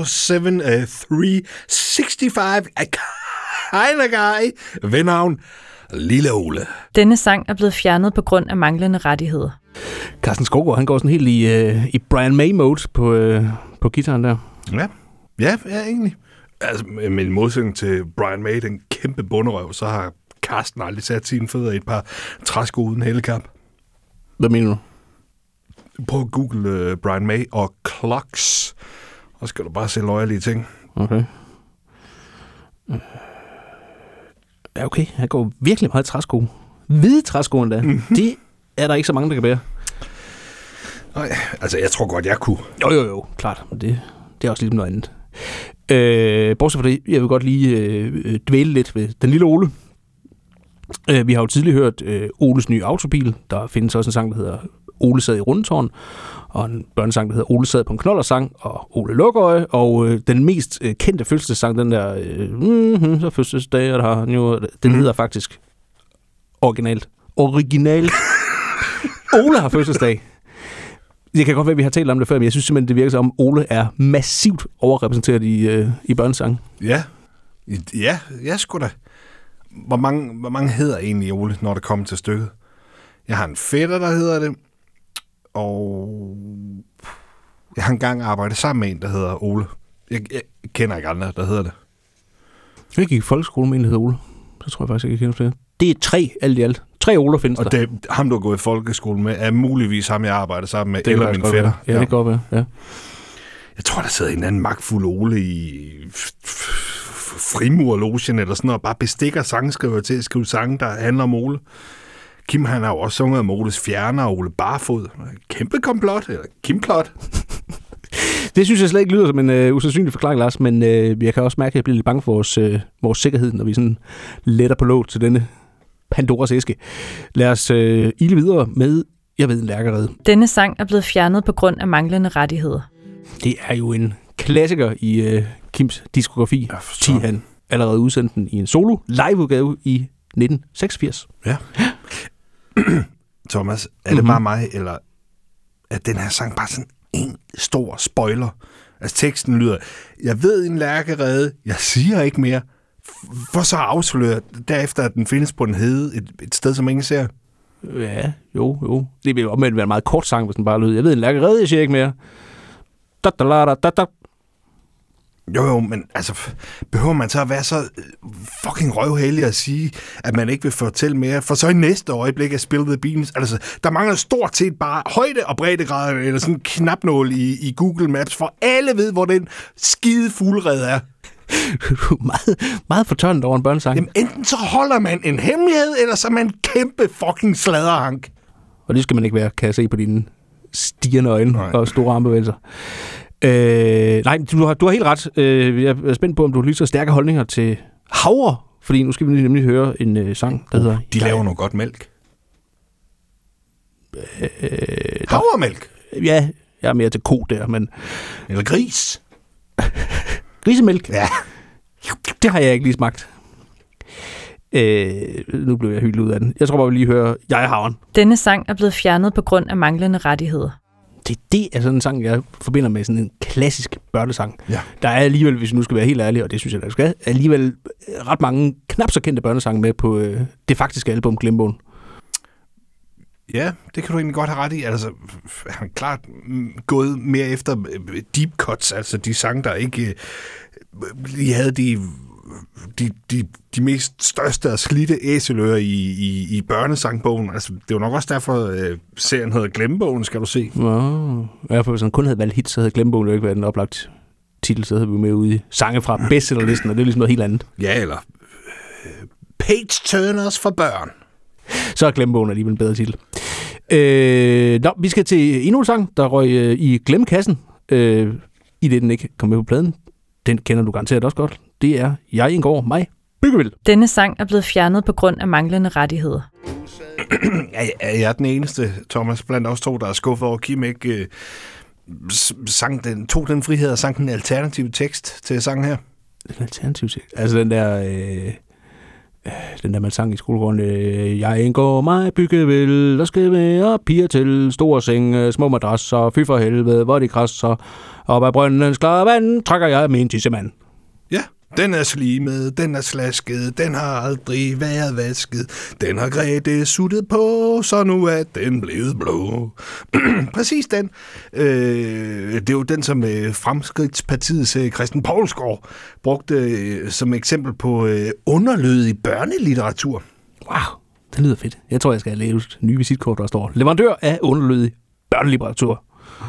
365 kind of guy. Ved navn Lille Ole. Denne sang er blevet fjernet på grund af manglende rettigheder. Carsten Skovgaard, han går sådan helt i Brian May-mode på guitaren der. Ja, egentlig. Altså, med en modsætning til Brian May, den kæmpe bunderøv, så har Carsten aldrig sat sine fødder i et par træsko uden hælekap. Hvad mener du? Prøv at google Brian May og Clocks, og så skal du bare se løjerlige ting. Okay. Ja, okay. Han går virkelig meget træsko. Hvide træsko endda. Mm-hmm. Det er der ikke så mange, der kan bære. Nej, altså jeg tror godt, jeg kunne. Jo, klart. Det er også ligesom noget andet. Bortset fra det, jeg vil godt lige dvæle lidt ved den lille Ole. Vi har jo tidligere hørt Oles nye autobil. Der findes også en sang, der hedder Ole sad i Rundetårn, og en børnesang, der hedder Ole sad på en knoldersang, og Ole Lukøje, og den mest kendte fødselsdagssang, den der, så fødselsdag, og der jo, den hedder faktisk originalt. Ole har fødselsdag. Det kan godt være, at vi har talt om det før, men jeg synes simpelthen, det virker som om Ole er massivt overrepræsenteret i børnesangen. Ja, sgu da. Hvor mange hedder egentlig Ole, når det kommer til stykket? Jeg har en fætter, der hedder det, og jeg har engang arbejdet sammen med en, der hedder Ole. Jeg kender ikke andre, der hedder det. Jeg gik i folkeskole med en, der hedder Ole. Så tror jeg faktisk, jeg kender flere. Det er 3 alt i alt. 3 Oler findes der. Og det, ham, du har gået i folkeskole med, er muligvis ham, jeg arbejder sammen med, eller min fætter. Ja, det kan godt være, ja. Jeg tror, der sidder en anden magtfuld Ole i frimurlogen eller sådan noget, og bare bestikker sangskriver til at skrive sange, der handler om Ole. Kim, han har jo også sunget om Oles Fjerner og Ole Barfod. Kæmpe komplot, eller Kimplot. Det synes jeg slet ikke lyder som en usandsynlig forklaring, Lars, men jeg kan også mærke, at jeg bliver lidt bange for vores sikkerhed, når vi sådan letter på låg til denne Pandoras æske. Lad os ile videre med, jeg ved, en lærkerede. Denne sang er blevet fjernet på grund af manglende rettigheder. Det er jo en klassiker i Kims diskografi. Han allerede udsendt den i en solo liveudgave i 1986. Ja. Thomas, er det bare mig, eller er den her sang bare sådan en stor spoiler? Altså teksten lyder, jeg ved en lærkerede, jeg siger ikke mere, for så afsløret derefter, at den findes på den hede et sted, som ingen ser. Ja, jo. Det vil jo omvendt være en meget kort sang, hvis den bare lyder, jeg ved en lærkerede, jeg siger ikke mere. Da. Jo, men altså, behøver man så at være så fucking røvheldig at sige, at man ikke vil fortælle mere, for så i næste øjeblik er Spill the Beans. Altså, der mangler stort set bare højde- og breddegrader, eller sådan en knapnål i Google Maps, for alle ved, hvor den skide fuglerede er. meget fortørnet over en børnesang. Jamen, enten så holder man en hemmelighed, eller så er man en kæmpe fucking sladderhank. Og det skal man ikke være, kan jeg se på dine stirrende øjne og store armbevægelser. Nej, du har helt ret. Jeg er spændt på, om du har lige så stærke holdninger til havre, fordi nu skal vi nemlig høre en sang, der hedder... De laver noget godt mælk. Havremælk? Ja, jeg er mere til ko der, men... Eller gris? Grisemælk? Ja. Det har jeg ikke lige smagt. Nu blev jeg hyldet ud af den. Jeg tror bare, vi lige hører Jeg er havren. Denne sang er blevet fjernet på grund af manglende rettigheder. Det er sådan en sang, jeg forbinder med sådan en klassisk børnesang. Ja. Der er alligevel, hvis vi nu skal være helt ærlige, og det synes jeg, der skal, alligevel ret mange knap så kendte børnesange med på det faktiske album Glemmebogen. Ja, det kan du egentlig godt have ret i. Altså, han er klart gået mere efter deep cuts, altså de sange, der ikke lige havde de mest største og slidte æselører i børnesangbogen. Altså, det var nok også derfor, serien hedder Glemmebogen, skal du se. Ja, for hvis han kun havde valgt hits, så havde Glemmebogen jo ikke været en oplagt titel, så havde vi med ude i sange fra bestsellerlisten, og det er ligesom noget helt andet. Ja, eller Page-turners for børn. Så er Glemmebogen alligevel en bedre titel. Vi skal til endnu en sang, der røg i glemmekassen, i det den ikke kom med på pladen. Den kender du garanteret også godt. Det er Jeg indgår mig Byggevild. Denne sang er blevet fjernet på grund af manglende rettigheder. Jeg er den eneste, Thomas, blandt os to, der er skuffet over, Kim ikke tog den frihed og sang en alternativ tekst til sangen her. En alternativ tekst? Altså den der man sang i skolegården, jeg indgår mig Byggevild, der skal være piger til store senge, små madrasser, fy for helvede, hvor de krasser, og af brøndens klare vand trækker jeg min tissemand. Ja, den er slimet, den er slasket, den har aldrig været vasket, den har Grete suttet på, så nu er den blevet blå. Præcis den. Det er jo den, som Fremskridtspartiets Christian Poulsgaard brugte som eksempel på underlødig børnelitteratur. Wow, det lyder fedt. Jeg tror, jeg skal have lavet et nye visitkort, der står leverandør af underlødig børnelitteratur.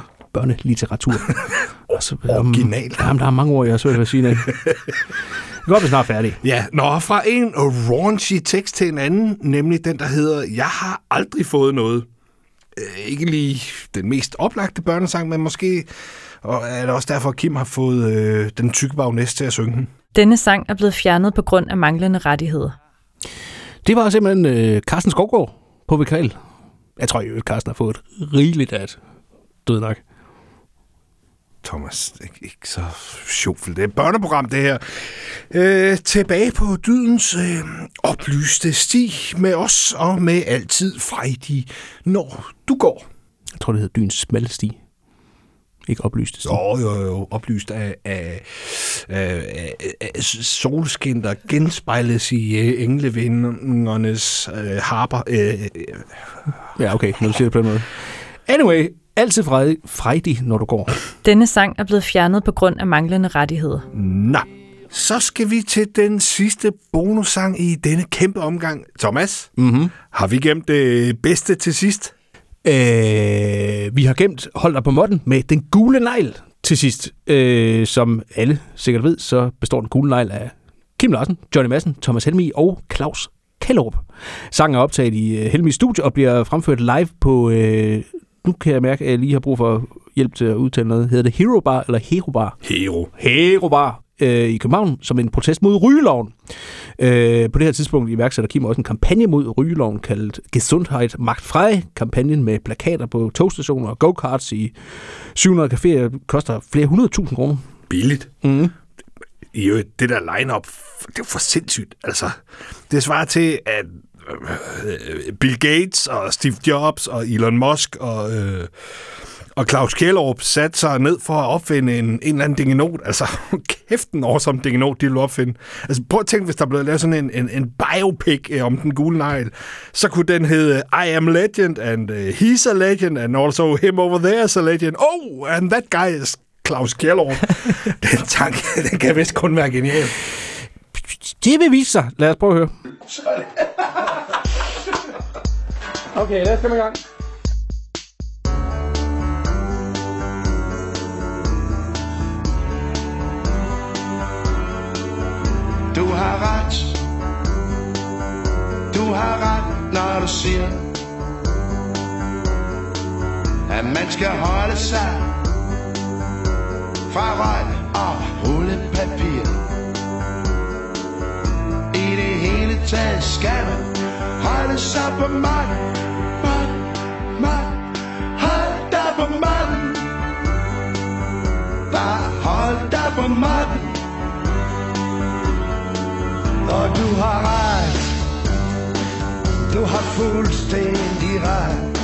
Altså, original. Jamen, der er mange ord, jeg har svært ved at sige det. Godt, vi er snart færdige. Ja, fra en raunchy tekst til en anden, nemlig den, der hedder Jeg har aldrig fået noget. Ikke lige den mest oplagte børnesang, men måske og er det også derfor, at Kim har fået den tykke bagnæs til at synge den. Denne sang er blevet fjernet på grund af manglende rettigheder. Det var simpelthen Carsten Skovgaard på vokal. Jeg tror jo, at Carsten har fået rigeligt af død nok. Thomas, ikke så sjovt. Det er et børneprogram, det her. Tilbage på dydens oplyste sti med os og med altid Frejdig, når du går. Jeg tror, det hedder dydens smalle sti. Ikke oplyste sti. Jo. Oplyst af solskin, der genspejles i englevingernes harper. Ja, okay, når du siger det på den måde. Anyway, altid frejdig, når du går. Denne sang er blevet fjernet på grund af manglende rettigheder. Nej. Så skal vi til den sidste bonussang i denne kæmpe omgang. Thomas, har vi gemt det bedste til sidst? Vi har gemt Hold dig på måtten med Den gule negl til sidst. Som alle sikkert ved, så består Den gule negl af Kim Larsen, Johnny Madsen, Thomas Helmig og Claus Kellerup. Sangen er optaget i Helmigs studie og bliver fremført live på... nu kan jeg mærke, at jeg lige har brug for hjælp til at udtale noget. Hedder det Hero Bar eller Hero Bar? Hero Bar i København som en protest mod rygeloven. På det her tidspunkt iværksætter Kim også en kampagne mod rygeloven kaldet Gesundheit macht frei. Kampagnen med plakater på togstationer og go-karts i 700 caféer koster flere 100.000 kroner. Billigt. Det der line-up, det er for sindssygt. Altså, det svarer til, at Bill Gates og Steve Jobs og Elon Musk og Claus Kellerup satte sig ned for at opfinde en eller anden dingenot. Altså, kæft en awesome dingenot, de ville opfinde. Altså, prøv at tænke, hvis der blev lavet sådan en biopic om Den gule negl, så kunne den hedde I am legend, and he's a legend, and also him over there is a legend. Oh, and that guy is Claus Kellerup. Den tanke, den kan vist kun være genial. Det vil vise sig. Lad os prøve at høre. Okay, lad os komme i gang. Du har ret. Du har ret, når du siger, at man skal holde sig fra røg og rullepapir. I det hele taget skal man holde sig på matten. Hold dig på matten. Bare hold dig på matten. Og du har ret. Du har fuldstændig ret.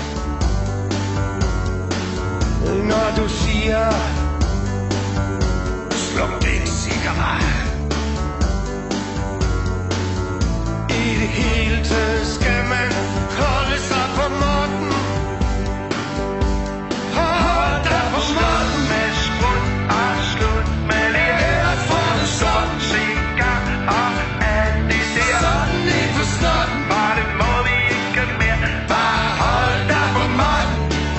Når du siger, sluk din cigaret. I det hele taget skal man holde sig på måtten. Hold dig på måtten. Med sprut og slut. Men det er at få en sådan cigar. Og alt det der sådan i forstånden. Og det må vi ikke mere. Bare hold dig på måtten.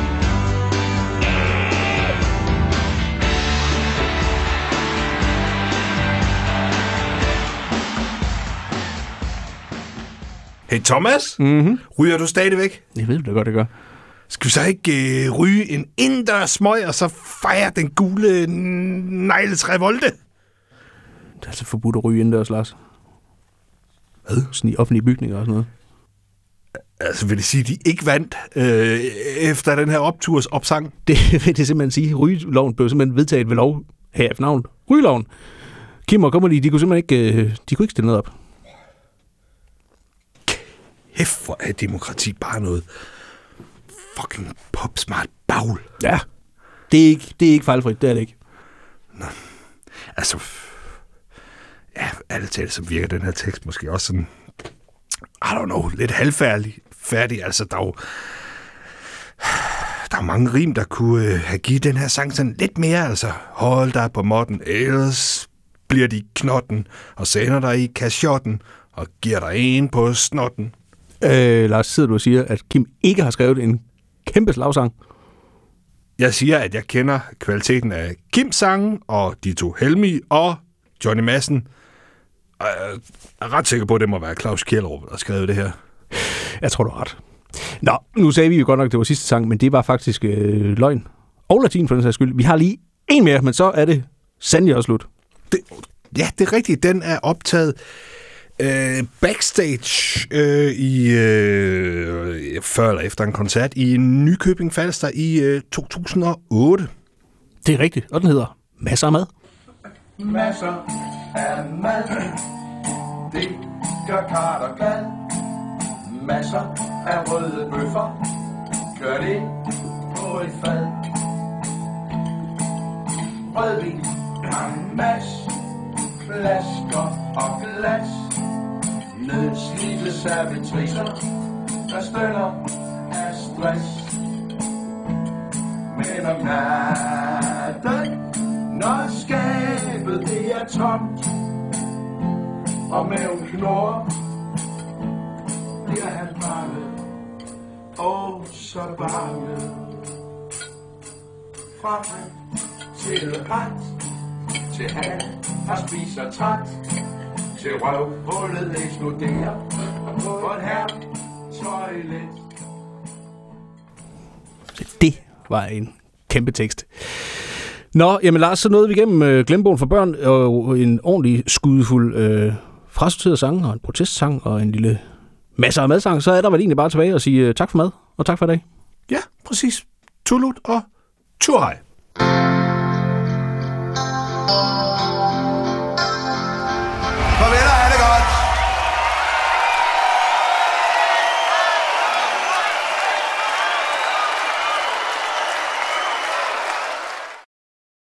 Hey Thomas, ryger du stadigvæk? Jeg ved det godt, det gør. Skal vi så ikke ryge en indendørs smøg, og så fejre Den gule negles revolte? Det er altså forbudt at ryge indendørs, Lars. Hvad? Sådan i offentlige bygninger og sådan noget. Altså vil det sige, at de ikke vandt efter den her opturs opsang? Det vil det simpelthen sige. Rygeloven blev simpelthen vedtaget ved lov her efter navn. Rygeloven. Kim og Kummerli, de kunne simpelthen ikke, stille noget op. Kæft, hvor er demokrati bare noget fucking popsmart bagl. Ja, det er ikke fejlfrit, det er det ikke. Nå, altså, ja, ærligt talt, så virker den her tekst måske også sådan, I don't know, lidt halvfærdig. Altså, der er mange rim, der kunne have givet den her sang sådan lidt mere, altså, hold dig på måtten, ellers bliver de knotten, og sender dig i kasjotten, og giver dig en på snotten. Lars, sidder du og siger, at Kim ikke har skrevet en kæmpe slagsang? Jeg siger, at jeg kender kvaliteten af Kims sange, og de to Helmig og Johnny Madsen. Jeg er ret sikker på, at det må være Claus Kellerup, der har skrevet det her. Jeg tror, du har ret. Nå, nu sagde vi jo godt nok, at det var sidste sang, men det var faktisk løgn. Og latin for den sags skyld. Vi har lige en mere, men så er det sandelig også slut. Ja, det er rigtigt. Den er optaget Backstage før eller efter en koncert i Nykøbing Falster i 2008. Det er rigtigt, og den hedder Masser af mad. Masser af mad, det gør Carter glad. Masser af røde bøffer, gør det på et fad. Rødvin, mas, flasker og glas. Nedslidte servitricer, der stønner af stress. Men om natten, når skabet det er tomt, og maven knurrer, bliver han bange, så bange. Fra ret til ret, til han har spist sig træt, til røvhullet eksploderer på et her toilet. Det var en kæmpe tekst. Nå, jamen Lars, så nåede vi igennem Glemmebogen for børn, og en ordentlig skudfuld frasorteret sang, og en protestsang, og en lille masser af madsang. Så er der vel egentlig bare tilbage og sige tak for mad, og tak for i dag. Ja, præcis. Tulut og turhej.